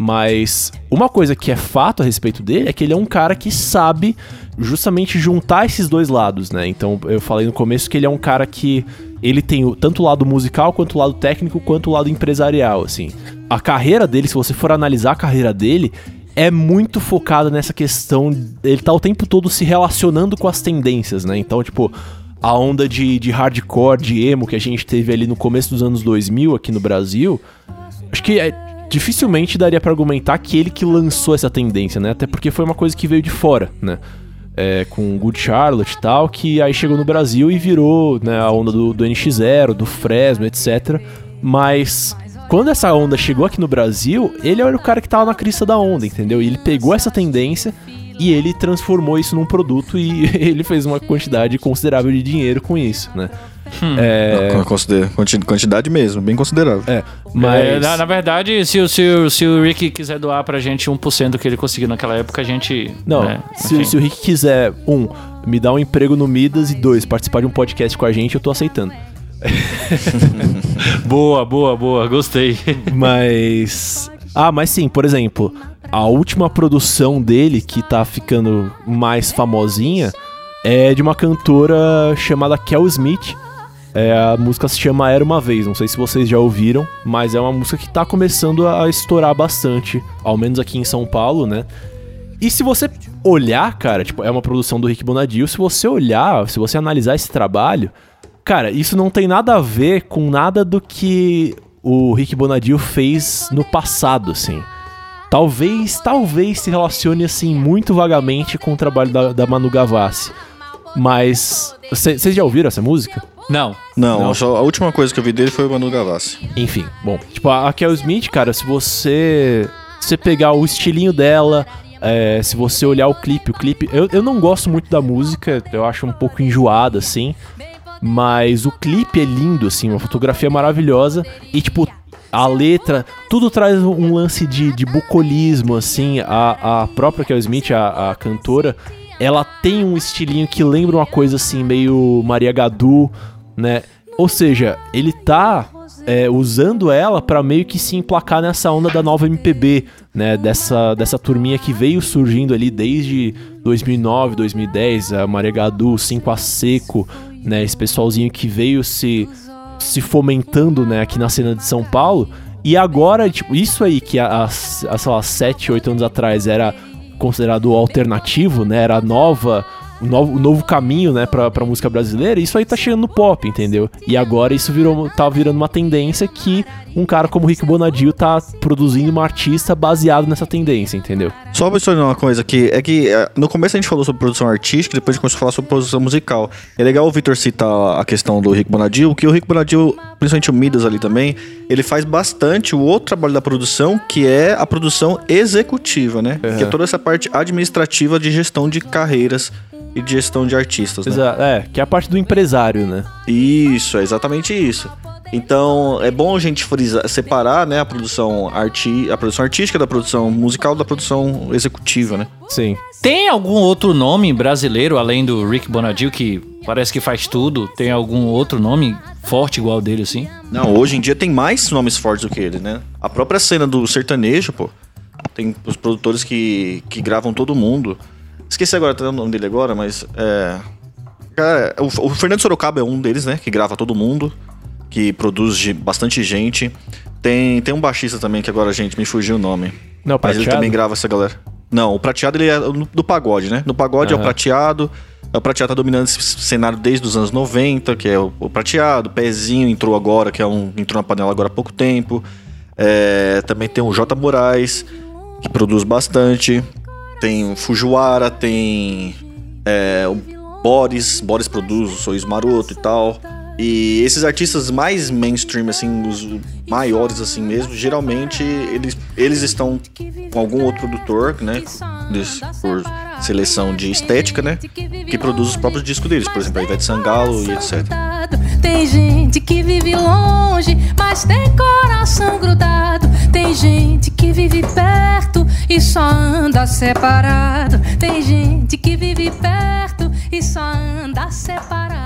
A: Mas uma coisa que é fato a respeito dele é que ele é um cara que sabe justamente juntar esses dois lados, né? Então eu falei no começo que ele é um cara que ele tem tanto o lado musical, quanto o lado técnico, quanto o lado empresarial, assim. A carreira dele, se você for analisar a carreira dele, é muito focada nessa questão. Ele tá o tempo todo se relacionando com as tendências, né? Então, tipo, a onda de hardcore, de emo que a gente teve ali no começo dos anos 2000 aqui no Brasil, acho que dificilmente daria pra argumentar que ele que lançou essa tendência, né? Até porque foi uma coisa que veio de fora, né? Com Good Charlotte e tal, que aí chegou no Brasil e virou, né, a onda do NX0, do Fresno, etc. Mas quando essa onda chegou aqui no Brasil, ele era o cara que tava na crista da onda, entendeu? E ele pegou essa tendência e ele transformou isso num produto e ele fez uma quantidade considerável de dinheiro com isso, né?
C: Quantidade mesmo, bem considerável.
A: Mas
B: na verdade, se o Rick quiser doar pra gente 1% do que ele conseguiu naquela época, a gente...
A: Não,
B: né?
A: Se o Rick quiser, me dar um emprego no Midas, e 2, participar de um podcast com a gente, eu tô aceitando.
B: Boa, gostei.
A: Mas sim, por exemplo, a última produção dele, que tá ficando mais famosinha, é de uma cantora chamada Kel Smith. A música se chama Era Uma Vez, não sei se vocês já ouviram, mas é uma música que tá começando a estourar bastante, ao menos aqui em São Paulo, né? E se você olhar, cara, tipo, é uma produção do Rick Bonadio, se você olhar, se você analisar esse trabalho, cara, isso não tem nada a ver com nada do que o Rick Bonadio fez no passado, assim. Talvez se relacione, assim, muito vagamente com o trabalho da Manu Gavassi. Mas, vocês já ouviram essa música?
B: Não.
C: Só a última coisa que eu vi dele foi o Manu Gavassi.
A: Enfim, bom, tipo, a Kel Smith, cara, se você pegar o estilinho dela, se você olhar o clipe, eu não gosto muito da música, eu acho um pouco enjoada, assim, mas o clipe é lindo, assim, uma fotografia maravilhosa, e tipo, a letra, tudo traz um lance de bucolismo, assim, a própria Kel Smith, a cantora, ela tem um estilinho que lembra uma coisa assim, meio Maria Gadu, né? Ou seja, ele tá usando ela pra meio que se emplacar nessa onda da nova MPB, né? Dessa turminha que veio surgindo ali desde 2009, 2010, a Maria Gadu, 5 a Seco, né? Esse pessoalzinho que veio se fomentando, né, aqui na cena de São Paulo. E agora, tipo, isso aí que sei lá, 7, 8 anos atrás era considerado alternativo, né? Era a nova o novo caminho, né, pra música brasileira, isso aí tá chegando no pop, entendeu? E agora isso tá virando uma tendência que um cara como o Rick Bonadio tá produzindo uma artista baseado nessa tendência, entendeu?
C: Só pra mencionar uma coisa aqui, é que no começo a gente falou sobre produção artística, depois a gente começou a falar sobre produção musical. É legal o Vitor citar a questão do Rick Bonadio, que o Rick Bonadio, principalmente o Midas ali também, ele faz bastante o outro trabalho da produção, que é a produção executiva, né? Que é toda essa parte administrativa de gestão de carreiras e de gestão de artistas, né?
A: Exato, que é a parte do empresário, né?
C: Isso, é exatamente isso. Então, é bom a gente separar, né, a produção artística da produção musical da produção executiva, né?
A: Sim.
B: Tem algum outro nome brasileiro, além do Rick Bonadio, que parece que faz tudo? Tem algum outro nome forte igual dele, assim?
C: Não, hoje em dia tem mais nomes fortes do que ele, né? A própria cena do sertanejo, pô, tem os produtores que gravam todo mundo. Esqueci agora o nome dele agora, mas... Cara, o Fernando Sorocaba é um deles, né? Que grava todo mundo, que produz bastante gente. Tem um baixista também, que agora, gente, me fugiu o nome.
A: Não,
C: mas ele também grava essa galera. Não, o Prateado ele é do pagode, né? No pagode é o Prateado. O Prateado tá dominando esse cenário desde os anos 90, que é o Prateado. O Pezinho entrou agora, entrou na panela agora há pouco tempo. Também tem o J. Moraes, que produz bastante. Tem o Fujiwara, tem o Boris produz o Sorriso Maroto e tal. E esses artistas mais mainstream, assim, os maiores assim mesmo, geralmente eles estão com algum outro produtor, né, por seleção de estética, né, que produz os próprios discos deles, por exemplo, a Ivete Sangalo e etc.
E: Tem gente que vive longe, mas tem coração grudado. Tem gente que vive perto e só anda separado. Tem gente que vive perto e só anda separado.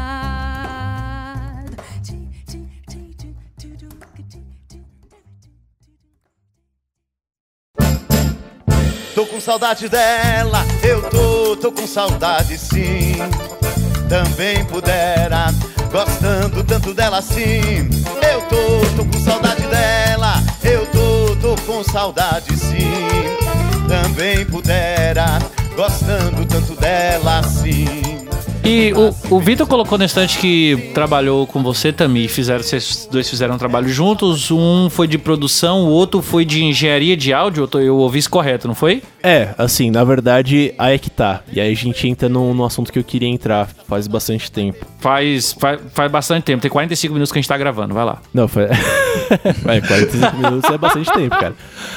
F: Tô com saudade dela, eu tô com saudade sim. Também pudera, gostando tanto dela assim. Eu tô com saudade dela, eu tô com saudade sim. Também pudera, gostando tanto dela assim.
B: E o Vitor colocou na estante que trabalhou com você também. Vocês dois fizeram um trabalho juntos. Um foi de produção, o outro foi de engenharia de áudio. Eu ouvi isso correto, não foi?
A: Assim, na verdade, aí é que tá. E aí a gente entra num assunto que eu queria entrar faz bastante tempo.
B: Faz bastante tempo. Tem 45 minutos que a gente tá gravando, vai lá.
A: Não, 45 minutos é bastante tempo, cara.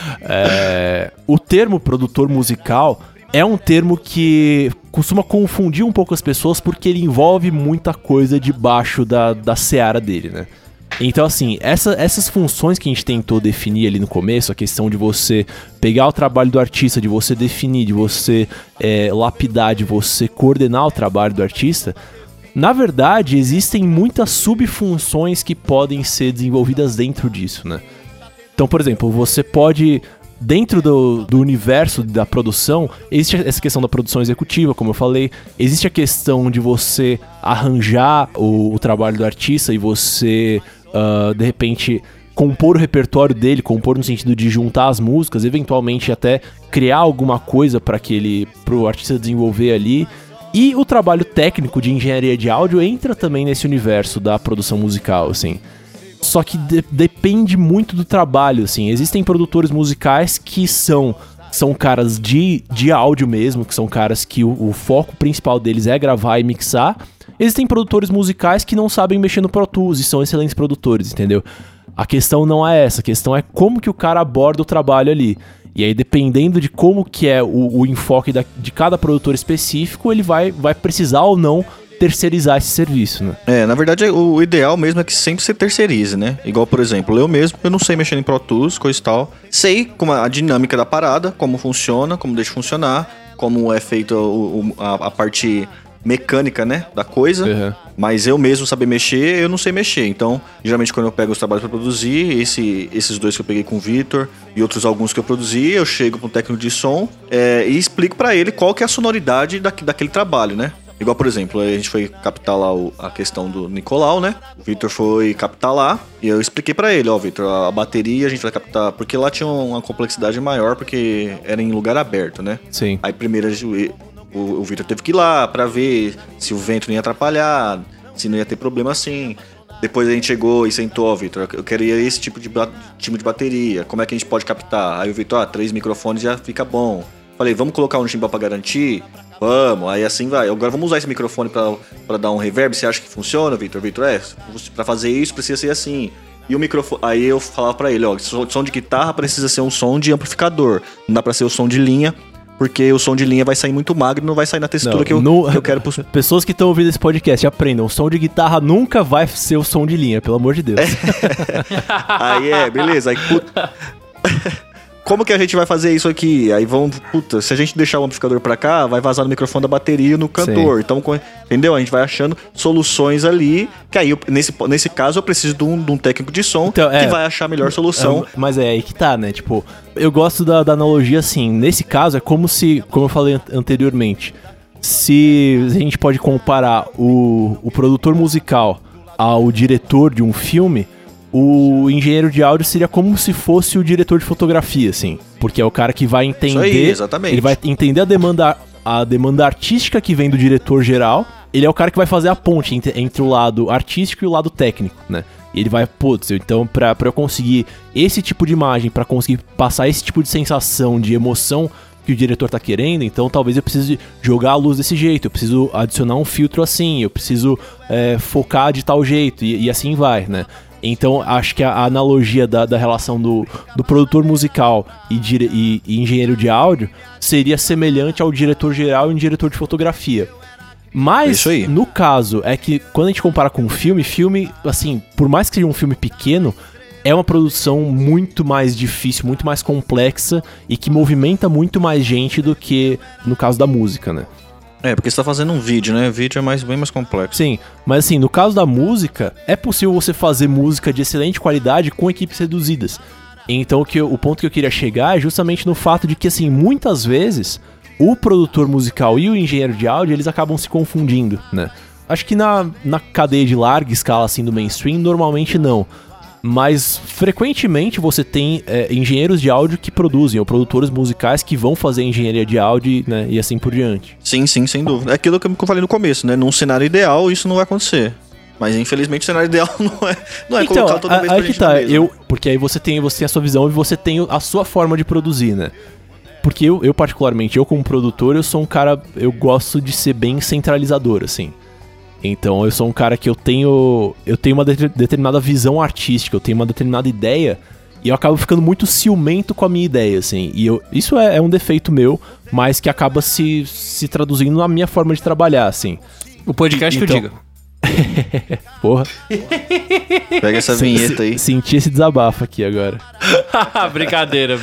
A: O termo produtor musical é um termo que costuma confundir um pouco as pessoas porque ele envolve muita coisa debaixo da seara dele, né? Então, assim, essas funções que a gente tentou definir ali no começo, a questão de você pegar o trabalho do artista, de você definir, de você lapidar, de você coordenar o trabalho do artista, na verdade, existem muitas subfunções que podem ser desenvolvidas dentro disso, né? Então, por exemplo, você pode... Dentro do universo da produção, existe essa questão da produção executiva, como eu falei. Existe a questão de você arranjar o trabalho do artista e você, de repente, compor o repertório dele, compor no sentido de juntar as músicas, eventualmente até criar alguma coisa para o artista desenvolver ali. E o trabalho técnico de engenharia de áudio entra também nesse universo da produção musical, assim. Só que depende muito do trabalho, assim. Existem produtores musicais que são caras de áudio mesmo, que são caras que o foco principal deles é gravar e mixar. Existem produtores musicais que não sabem mexer no Pro Tools e são excelentes produtores, entendeu? A questão não é essa, a questão é como que o cara aborda o trabalho ali. E aí, dependendo de como que é o enfoque de cada produtor específico, ele vai precisar ou não terceirizar esse serviço, né?
C: Na verdade, o ideal mesmo é que sempre você terceirize, né? Igual, por exemplo, eu não sei mexer em Pro Tools, coisa e tal. Sei como a dinâmica da parada, como funciona, como deixa funcionar, como é feita a parte mecânica, né, da coisa.
A: Uhum.
C: Mas eu mesmo saber mexer, eu não sei mexer. Então, geralmente, quando eu pego os trabalhos pra produzir, esses dois que eu peguei com o Vitor e outros alguns que eu produzi, eu chego pro técnico de som e explico pra ele qual que é a sonoridade daquele trabalho, né? Igual, por exemplo, a gente foi captar lá a questão do Nicolau, né? O Vitor foi captar lá e eu expliquei pra ele, Vitor, a bateria a gente vai captar... Porque lá tinha uma complexidade maior, porque era em lugar aberto, né?
A: Sim.
C: Aí primeiro O Vitor teve que ir lá pra ver se o vento não ia atrapalhar, se não ia ter problema assim. Depois a gente chegou e sentou, ó, Vitor, eu queria esse tipo de bateria, como é que a gente pode captar? Aí o Vitor, 3 microfones já fica bom. Falei, vamos colocar um timbal pra garantir? Vamos, aí assim vai. Agora vamos usar esse microfone pra dar um reverb, você acha que funciona, Vitor? Vitor, pra fazer isso precisa ser assim. E o microfone, aí eu falava pra ele, ó, som de guitarra precisa ser um som de amplificador, não dá pra ser o som de linha, porque o som de linha vai sair muito magro e não vai sair na textura que eu quero.
A: Pessoas que estão ouvindo esse podcast, aprendam. O som de guitarra nunca vai ser o som de linha, pelo amor de Deus.
C: Aí beleza. Aí, como que a gente vai fazer isso aqui? Aí se a gente deixar o amplificador pra cá, vai vazar no microfone da bateria no cantor. Sim. Então, entendeu? A gente vai achando soluções ali, que aí, nesse caso, eu preciso de um técnico de som que vai achar a melhor solução.
A: Mas é aí que tá, né? Tipo, eu gosto da analogia assim. Nesse caso, é como eu falei anteriormente, se a gente pode comparar o produtor musical ao diretor de um filme, o engenheiro de áudio seria como se fosse o diretor de fotografia, assim. Porque é o cara que vai entender... Isso aí,
C: exatamente.
A: Ele vai entender a demanda artística que vem do diretor geral. Ele é o cara que vai fazer a ponte entre o lado artístico e o lado técnico, né? E ele vai, então pra eu conseguir esse tipo de imagem, pra conseguir passar esse tipo de sensação, de emoção que o diretor tá querendo, então talvez eu precise jogar a luz desse jeito, eu preciso adicionar um filtro assim, eu preciso focar de tal jeito, e assim vai, né? Então, acho que a analogia da relação do produtor musical e engenheiro de áudio seria semelhante ao diretor geral e diretor de fotografia. Mas, no caso, é que quando a gente compara com filme, assim, por mais que seja um filme pequeno, é uma produção muito mais difícil, muito mais complexa e que movimenta muito mais gente do que no caso da música, né?
C: Porque você tá fazendo um vídeo, né? O vídeo é bem mais complexo.
A: Sim, mas assim, no caso da música, é possível você fazer música de excelente qualidade com equipes reduzidas. Então o ponto que eu queria chegar é justamente no fato de que, assim, muitas vezes, o produtor musical e o engenheiro de áudio, eles acabam se confundindo, né? Acho que na cadeia de larga escala, assim, do mainstream, normalmente não. Mas, frequentemente, você tem engenheiros de áudio que produzem, ou produtores musicais que vão fazer engenharia de áudio, né, e assim por diante.
C: Sim, sem dúvida. É aquilo que eu falei no começo, né? Num cenário ideal, isso não vai acontecer. Mas, infelizmente, o cenário ideal não é
A: então,
C: colocar toda vez pra
A: gente
C: na mesa.
A: Porque aí você tem a sua visão e você tem a sua forma de produzir, né? Porque eu particularmente, como produtor, eu sou um cara... Eu gosto de ser bem centralizador, assim. Então eu sou um cara que eu tenho uma determinada visão artística, eu tenho uma determinada ideia e eu acabo ficando muito ciumento com a minha ideia, assim. E isso é um defeito meu, mas que acaba se traduzindo na minha forma de trabalhar, assim.
B: O podcast que eu diga.
A: Porra.
C: Pega essa vinheta aí.
A: Senti esse desabafo aqui agora.
B: Brincadeira.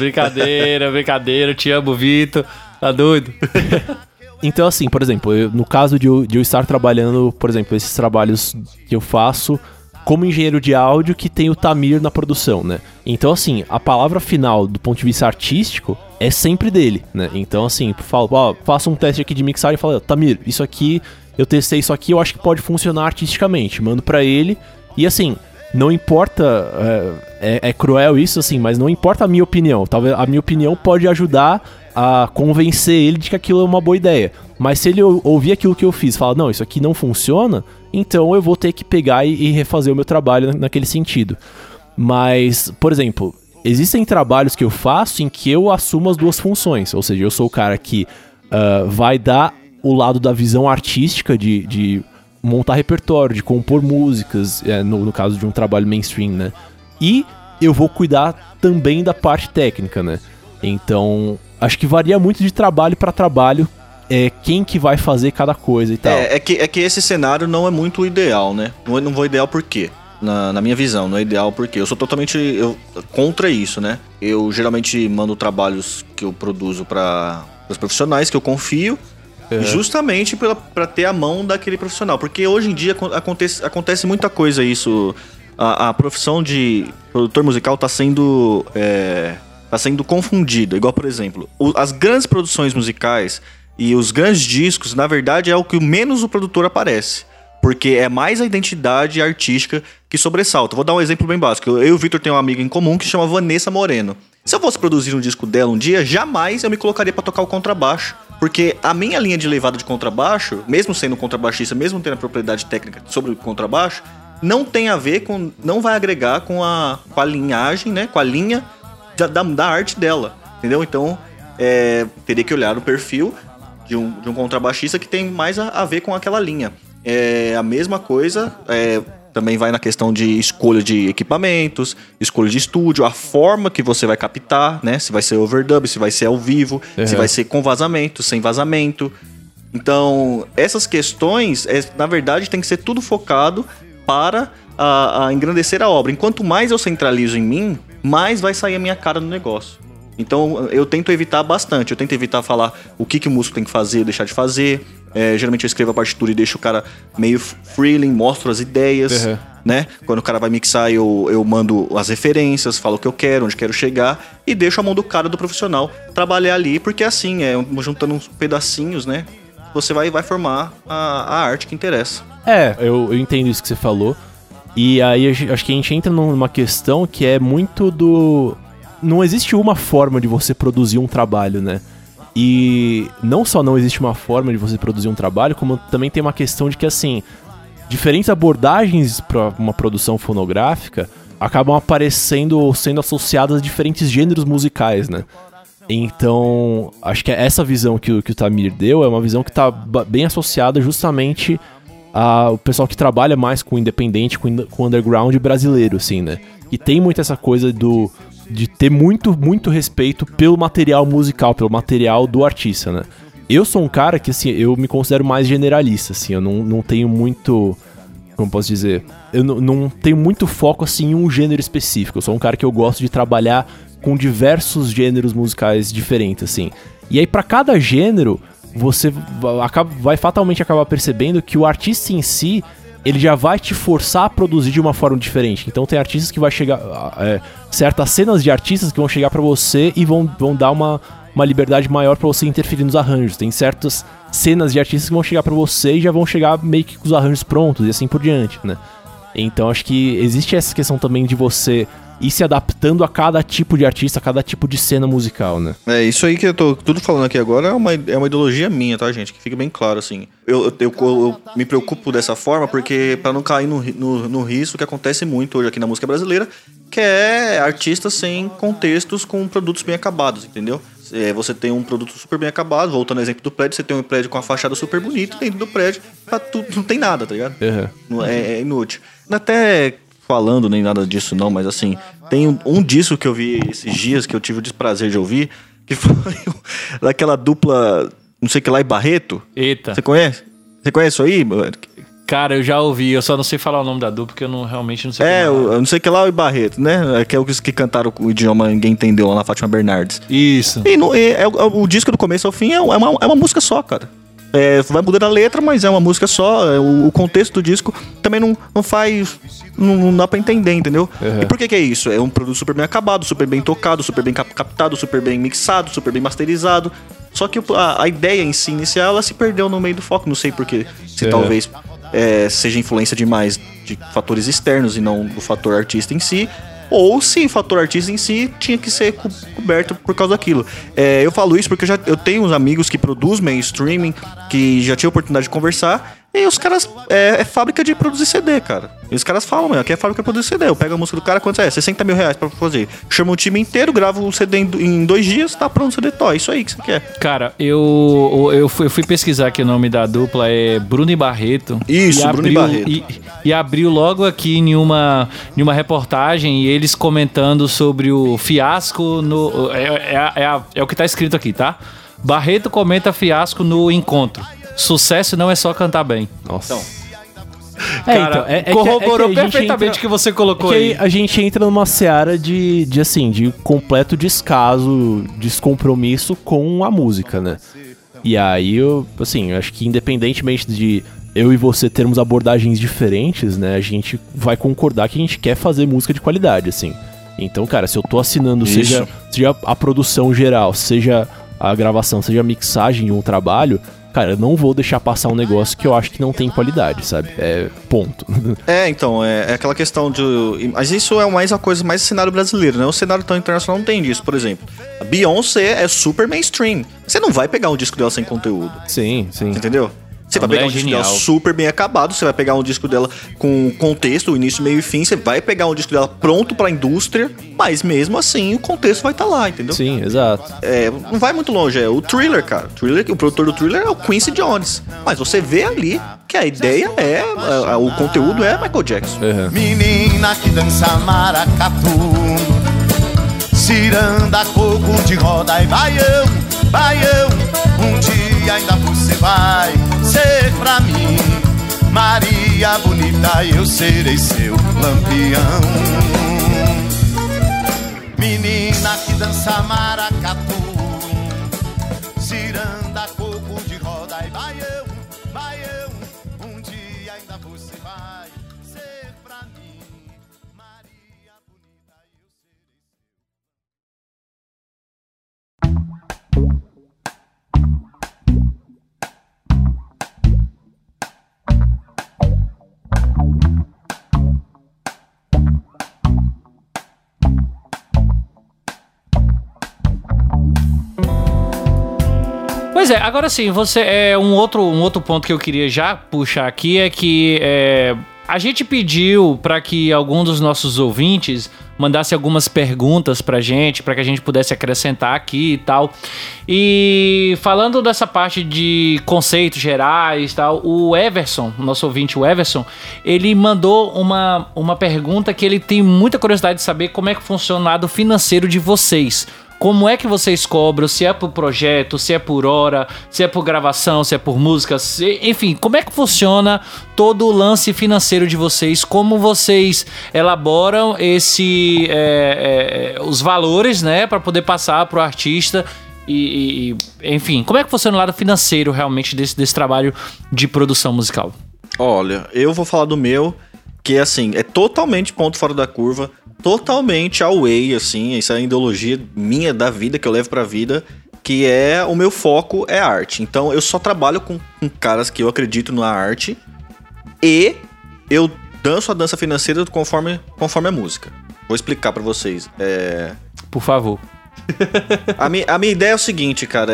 B: Te amo, Vitor. Tá doido?
A: Então, assim, por exemplo, no caso de eu estar trabalhando, por exemplo, esses trabalhos que eu faço como engenheiro de áudio que tem o Tamir na produção, né? Então, assim, a palavra final do ponto de vista artístico é sempre dele, né? Então, assim, faço um teste aqui de mixagem e falo, Tamir, isso aqui, eu testei isso aqui, eu acho que pode funcionar artisticamente. Mando pra ele e, assim, não importa, é cruel isso, assim, mas não importa a minha opinião. Talvez a minha opinião pode ajudar a convencer ele de que aquilo é uma boa ideia. Mas se ele ouvir aquilo que eu fiz e falar, não, isso aqui não funciona, então eu vou ter que pegar e refazer o meu trabalho naquele sentido. Mas, por exemplo, existem trabalhos que eu faço em que eu assumo as duas funções. Ou seja, eu sou o cara que vai dar o lado da visão artística de montar repertório, de compor músicas, no caso de um trabalho mainstream, né? E eu vou cuidar também da parte técnica, né? Então, acho que varia muito de trabalho para trabalho, quem que vai fazer cada coisa e tal.
C: É que esse cenário não é muito ideal, né? Não vou ideal por quê? Na minha visão, não é ideal porque eu sou totalmente contra isso, né? Eu geralmente mando trabalhos que eu produzo para os profissionais que eu confio, justamente para ter a mão daquele profissional. Porque hoje em dia acontece muita coisa isso. A profissão de produtor musical tá sendo confundida. Igual, por exemplo, as grandes produções musicais e os grandes discos, na verdade, é o que menos o produtor aparece. Porque é mais a identidade artística que sobressalta. Vou dar um exemplo bem básico. Eu e o Vitor tem uma amiga em comum que se chama Vanessa Moreno. Se eu fosse produzir um disco dela um dia, jamais eu me colocaria pra tocar o contrabaixo. Porque a minha linha de levada de contrabaixo, mesmo sendo contrabaixista, mesmo tendo a propriedade técnica sobre o contrabaixo, não tem a ver com... Não vai agregar com a linhagem, né? Com a linha da arte dela, entendeu? Então, teria que olhar o perfil de um contrabaixista que tem mais a ver com aquela linha. A mesma coisa... Também vai na questão de escolha de equipamentos, escolha de estúdio, a forma que você vai captar, né? Se vai ser overdub, se vai ser ao vivo, se vai ser com vazamento, sem vazamento. Então, essas questões, na verdade, tem que ser tudo focado para a engrandecer a obra. Enquanto mais eu centralizo em mim, mais vai sair a minha cara no negócio. Então, eu tento evitar bastante. Eu tento evitar falar o que o músico tem que fazer, deixar de fazer. Geralmente eu escrevo a partitura e deixo o cara meio freeling, mostro as ideias, né? Quando o cara vai mixar, eu mando as referências, falo o que eu quero, onde quero chegar e deixo a mão do cara, do profissional, trabalhar ali, porque assim, juntando uns pedacinhos, né? Você vai formar a arte que interessa.
A: Eu entendo isso que você falou. E aí acho que a gente entra numa questão que é muito do... Não existe uma forma de você produzir um trabalho, né? E não só não existe uma forma de você produzir um trabalho, como também tem uma questão de que, assim, diferentes abordagens para uma produção fonográfica acabam aparecendo ou sendo associadas a diferentes gêneros musicais, né? Então, acho que essa visão que o Tamir deu é uma visão que está bem associada justamente ao pessoal que trabalha mais com o independente, com o underground brasileiro, assim, né? E tem muito essa coisa de ter muito, muito respeito pelo material musical, pelo material do artista, né? Eu sou um cara que, assim, eu me considero mais generalista, assim, eu não tenho muito... Como posso dizer? Eu não tenho muito foco, assim, em um gênero específico. Eu sou um cara que eu gosto de trabalhar com diversos gêneros musicais diferentes, assim. E aí, pra cada gênero, você vai fatalmente acabar percebendo que o artista em si... ele já vai te forçar a produzir de uma forma diferente. Então tem artistas que vai chegar... certas cenas de artistas que vão chegar pra você e vão dar uma liberdade maior pra você interferir nos arranjos. Tem certas cenas de artistas que vão chegar pra você e já vão chegar meio que com os arranjos prontos e assim por diante, né? Então acho que existe essa questão também de você ir se adaptando a cada tipo de artista, a cada tipo de cena musical, né?
C: Isso aí que eu tô tudo falando aqui agora é uma ideologia minha, tá, gente? Que fique bem claro, assim. Eu me preocupo dessa forma porque pra não cair no risco que acontece muito hoje aqui na música brasileira, que é artistas sem contextos com produtos bem acabados, entendeu? Você tem um produto super bem acabado, voltando ao exemplo do prédio, você tem um prédio com a fachada super bonita, dentro do prédio não tem nada, tá ligado? É inútil. Até... falando nem nada disso não, mas assim, tem um disco que eu vi esses dias, que eu tive o desprazer de ouvir, que foi daquela dupla, não sei que lá, e Barreto.
B: Eita.
C: Você conhece? Você conhece isso aí?
B: Cara, eu já ouvi, eu só não sei falar o nome da dupla, porque eu realmente não sei
C: eu não sei que lá, e Barreto, né? Que é os que cantaram o idioma ninguém entendeu lá na Fátima Bernardes.
B: Isso.
C: E o disco do começo ao fim é uma música só, cara. Vai mudar a letra, mas é uma música só. O contexto do disco também não faz... Não dá pra entender, entendeu? E por que é isso? É um produto super bem acabado, super bem tocado, super bem captado, super bem mixado, super bem masterizado. Só que a ideia em si, inicial, ela se perdeu no meio do foco. Não sei porquê. Se talvez seja influência demais de fatores externos e não do fator artista em si. Ou se o fator artista em si tinha que ser coberto por causa daquilo. Eu falo isso porque eu tenho uns amigos que produzem mainstreaming, que já tive a oportunidade de conversar, e os caras... É fábrica de produzir CD, cara. E os caras falam, aqui é fábrica de produzir CD. Eu pego a música do cara, quanto é? 60 mil reais pra fazer. Chama o time inteiro, gravo o CD em 2 dias, tá pronto o CD. É isso aí que você quer.
B: Cara, eu fui pesquisar aqui o nome da dupla, é Bruno e Barreto.
C: Isso, Bruno e Barreto.
B: E abriu logo aqui em uma reportagem, eles comentando sobre o fiasco no... É o que tá escrito aqui, tá? Barreto comenta fiasco no encontro. Sucesso não é só cantar bem.
A: Nossa.
B: Cara, corroborou perfeitamente o que você colocou aí.
A: A gente entra numa seara de completo descaso, descompromisso com a música, né? E aí, eu acho que independentemente de eu e você termos abordagens diferentes, né? A gente vai concordar que a gente quer fazer música de qualidade, assim. Então, cara, se eu tô assinando, seja a produção geral, seja a gravação, seja a mixagem de um trabalho... cara, eu não vou deixar passar um negócio que eu acho que não tem qualidade, sabe? Ponto.
C: Então, é aquela questão de... Mas isso é mais a coisa, mais cenário brasileiro, né? O cenário tão internacional não tem disso, por exemplo. A Beyoncé é super mainstream. Você não vai pegar um disco dela sem conteúdo.
A: Sim.
C: Entendeu? Você vai pegar um disco dela super bem acabado, você vai pegar um disco dela com contexto, início, meio e fim, você vai pegar um disco dela pronto pra indústria, mas mesmo assim o contexto vai estar lá, entendeu?
A: Sim, exato.
C: Não vai muito longe, é o Thriller, cara. O produtor do Thriller é o Quincy Jones. Mas você vê ali que a ideia o conteúdo é Michael Jackson.
A: Uhum.
F: Menina que dança maracatu, ciranda, coco de roda e baião, baião. Um dia ainda você vai ser pra mim Maria bonita, eu serei seu lampião. Menina que dança maracatu, ciranda, coco de roda e baião, baião. Um dia ainda você vai ser pra mim Maria bonita, eu serei seu.
B: Pois é, agora sim, um outro ponto que eu queria já puxar aqui é que a gente pediu para que algum dos nossos ouvintes mandasse algumas perguntas pra gente, para que a gente pudesse acrescentar aqui e tal. E falando dessa parte de conceitos gerais e tal, o Everson, o nosso ouvinte, o Everson, ele mandou uma pergunta que ele tem muita curiosidade de saber como é que funciona o lado financeiro de vocês. Como é que vocês cobram? Se é por projeto, se é por hora, se é por gravação, se é por música, enfim, como é que funciona todo o lance financeiro de vocês? Como vocês elaboram os valores, né, para poder passar pro artista e enfim, como é que funciona o lado financeiro realmente desse trabalho de produção musical?
C: Olha, eu vou falar do meu, que assim, é totalmente ponto fora da curva, totalmente away, assim, essa é a ideologia minha da vida, que eu levo pra vida, que é o meu foco é arte. Então eu só trabalho com caras que eu acredito na arte e eu danço a dança financeira conforme a música. Vou explicar pra vocês.
B: Por favor.
C: A minha ideia é o seguinte, cara,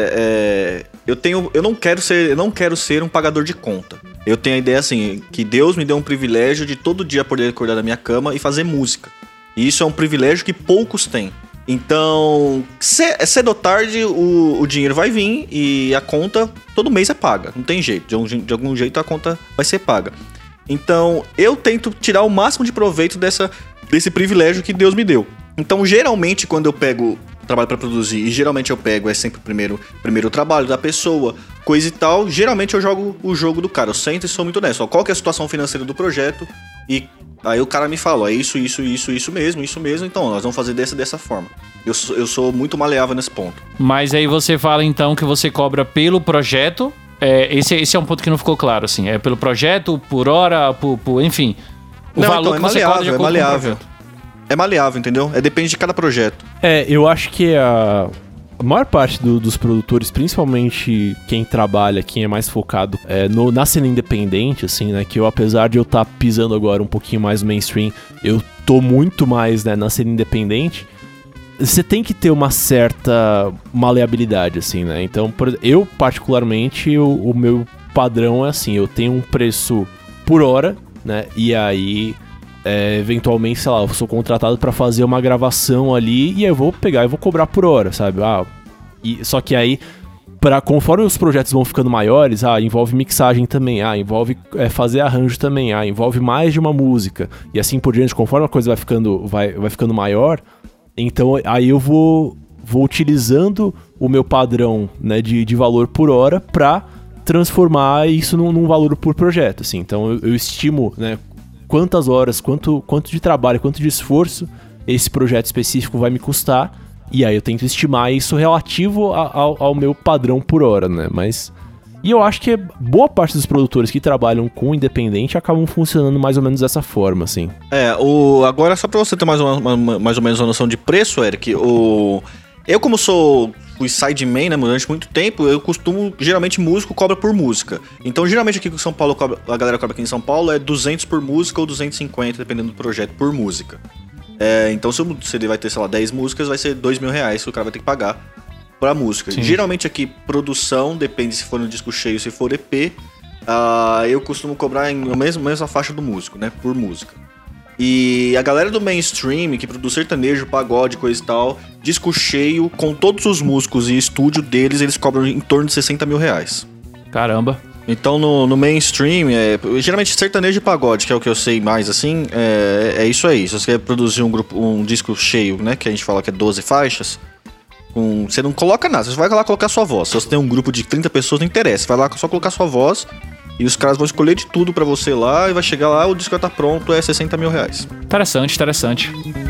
C: eu não quero ser um pagador de conta. Eu tenho a ideia assim, que Deus me deu um privilégio de todo dia poder acordar da minha cama e fazer música. E isso é um privilégio que poucos têm. Então, cedo ou tarde, o dinheiro vai vir e a conta todo mês é paga. Não tem jeito. De algum jeito a conta vai ser paga. Então, eu tento tirar o máximo de proveito desse privilégio que Deus me deu. Então, geralmente, quando eu pego trabalho pra produzir, e geralmente eu pego, é sempre o primeiro trabalho da pessoa, coisa e tal, geralmente eu jogo o jogo do cara. Eu sento e sou muito honesto. Qual que é a situação financeira do projeto? E aí o cara me fala, isso mesmo, então nós vamos fazer dessa forma. Eu sou muito maleável nesse ponto.
B: Mas aí você fala então que você cobra pelo projeto, esse é um ponto que não ficou claro, assim, é pelo projeto, por hora, enfim, o valor
C: então,
B: que você cobra de acordo com o projeto.
C: É maleável, entendeu? Depende de cada projeto.
A: Eu acho que a maior parte dos produtores, principalmente quem trabalha, quem é mais focado na cena independente, assim, né? Que eu, apesar de eu estar pisando agora um pouquinho mais no mainstream, eu tô muito mais, né, na cena independente. Você tem que ter uma certa maleabilidade, assim, né? Então, eu, particularmente, o meu padrão é assim, eu tenho um preço por hora, né? E aí... eventualmente, sei lá, eu sou contratado pra fazer uma gravação ali e aí eu vou pegar e vou cobrar por hora, sabe? Só que aí, conforme os projetos vão ficando maiores, envolve mixagem também, envolve fazer arranjo também, envolve mais de uma música e assim por diante, conforme a coisa vai ficando maior, então aí eu vou utilizando o meu padrão, né, de valor por hora pra transformar isso num valor por projeto, assim. Então eu estimo, né, quantas horas, quanto de trabalho, quanto de esforço esse projeto específico vai me custar, e aí eu tento estimar isso relativo ao meu padrão por hora, né? E eu acho que boa parte dos produtores que trabalham com independente acabam funcionando mais ou menos dessa forma, assim.
C: Agora, só pra você ter mais ou menos uma noção de preço, Eric, Eu, como fui sideman, né, durante muito tempo, geralmente músico cobra por música. Então, geralmente aqui em São Paulo, a galera cobra aqui em São Paulo é 200 por música ou 250, dependendo do projeto, por música. Então, se ele vai ter, sei lá, 10 músicas, vai ser R$2.000 que o cara vai ter que pagar pra música. Sim. Geralmente aqui, produção, depende se for no disco cheio, se for EP, eu costumo cobrar em mesma faixa do músico, né, por música. E a galera do mainstream, que produz sertanejo, pagode, coisa e tal, disco cheio, com todos os músicos e estúdio deles, eles cobram em torno de R$60.000.
B: Caramba.
C: Então no mainstream, geralmente sertanejo e pagode, que é o que eu sei mais, assim, é isso aí. Se você quer produzir um disco cheio, né, que a gente fala que é 12 faixas, você não coloca nada, você vai lá colocar sua voz. Se você tem um grupo de 30 pessoas, não interessa, você vai lá só colocar sua voz e os caras vão escolher de tudo pra você lá e vai chegar lá, o disco vai estar pronto, é R$60.000.
B: Interessante.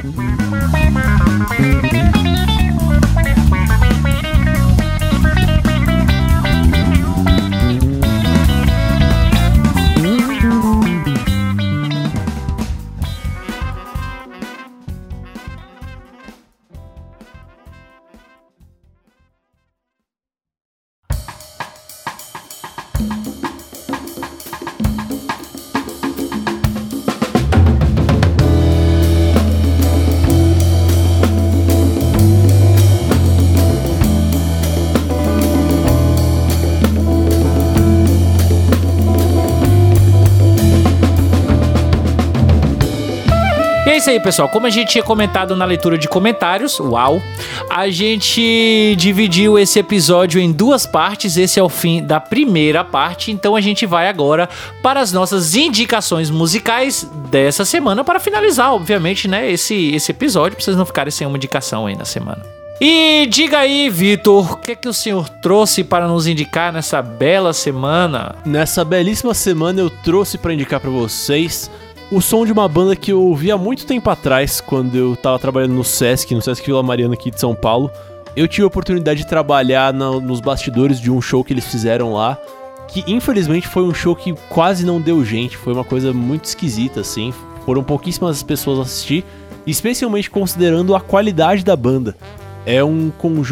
B: É isso aí, pessoal. Como a gente tinha comentado na leitura de comentários, a gente dividiu esse episódio em 2 partes. Esse é o fim da primeira parte. Então a gente vai agora para as nossas indicações musicais dessa semana para finalizar, obviamente, né, esse episódio, para vocês não ficarem sem uma indicação aí na semana. E diga aí, Vitor, o que é que o senhor trouxe para nos indicar nessa bela semana?
A: Nessa belíssima semana eu trouxe para indicar para vocês o som de uma banda que eu ouvi há muito tempo atrás, quando eu tava trabalhando no Sesc Vila Mariana aqui de São Paulo. Eu tive a oportunidade de trabalhar nos bastidores de um show que eles fizeram lá, que infelizmente foi um show que quase não deu gente, foi uma coisa muito esquisita, assim. Foram pouquíssimas pessoas assistir, especialmente considerando a qualidade da banda. É um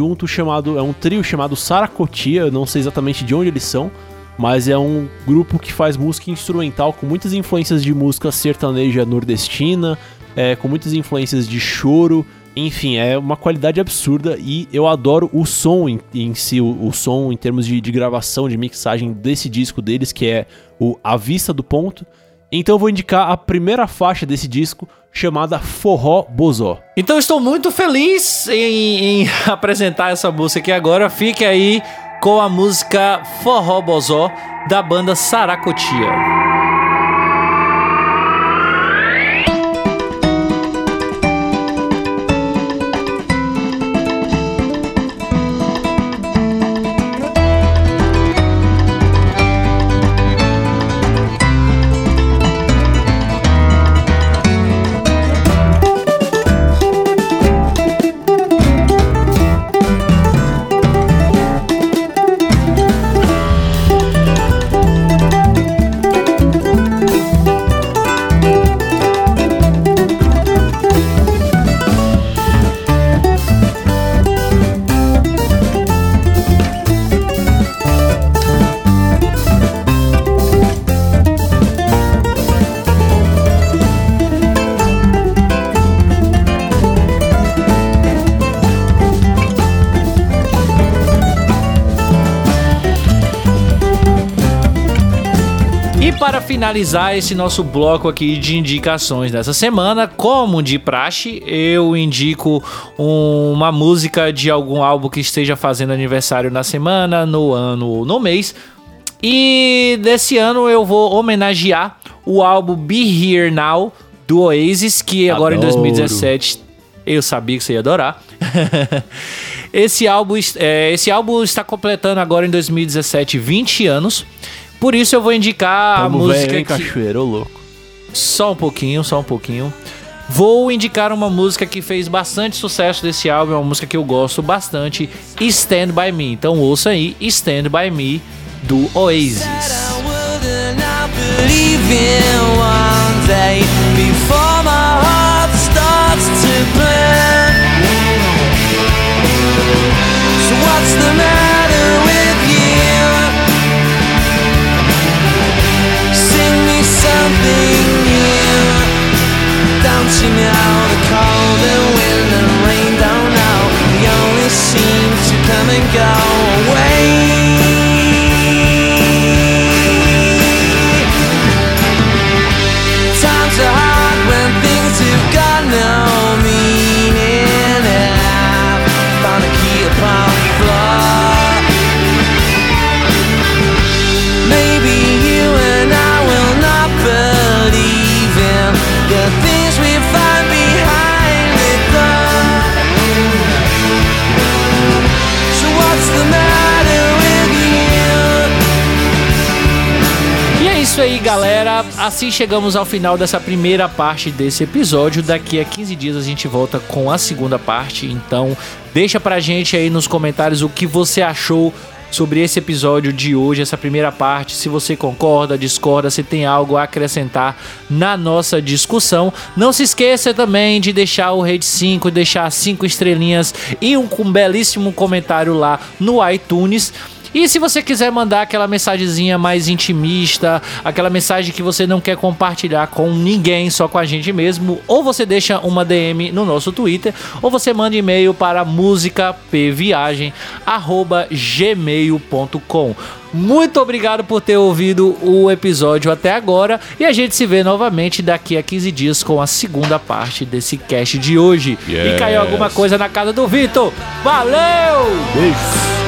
A: trio chamado Saracotia, eu não sei exatamente de onde eles são, mas é um grupo que faz música instrumental com muitas influências de música sertaneja nordestina, com muitas influências de choro, enfim, é uma qualidade absurda e eu adoro o som em si, o som em termos de gravação, de mixagem desse disco deles, que é o A Vista do Ponto. Então eu vou indicar a primeira faixa desse disco, chamada Forró Bozó.
B: Então estou muito feliz em apresentar essa música aqui agora, fique aí com a música Forró Bozó, da banda Saracotia. Para finalizar esse nosso bloco aqui de indicações dessa semana, como de praxe, eu indico uma música de algum álbum que esteja fazendo aniversário na semana, no ano ou no mês. E desse ano eu vou homenagear o álbum Be Here Now, do Oasis, que agora em 2017 eu sabia que você ia adorar. Esse álbum está completando agora em 2017 20 anos. Por isso eu vou indicar a música
A: em Cachoeira, ô louco.
B: Só um pouquinho. Vou indicar uma música que fez bastante sucesso desse álbum, é uma música que eu gosto bastante, Stand By Me. Então ouça aí, Stand By Me, do Oasis. isso aí, galera. Assim chegamos ao final dessa primeira parte desse episódio. Daqui a 15 dias a gente volta com a segunda parte. Então, deixa pra gente aí nos comentários o que você achou sobre esse episódio de hoje, essa primeira parte. Se você concorda, discorda, se tem algo a acrescentar na nossa discussão. Não se esqueça também de deixar o Rate 5, deixar 5 estrelinhas e um belíssimo comentário lá no iTunes. E se você quiser mandar aquela mensagenzinha mais intimista, aquela mensagem que você não quer compartilhar com ninguém, só com a gente mesmo, ou você deixa uma DM no nosso Twitter, ou você manda e-mail para musicapviagem@gmail.com. Muito obrigado por ter ouvido o episódio até agora e a gente se vê novamente daqui a 15 dias com a segunda parte desse cast de hoje.
A: Yes.
B: E caiu alguma coisa na casa do Vitor. Valeu!
A: Beijo!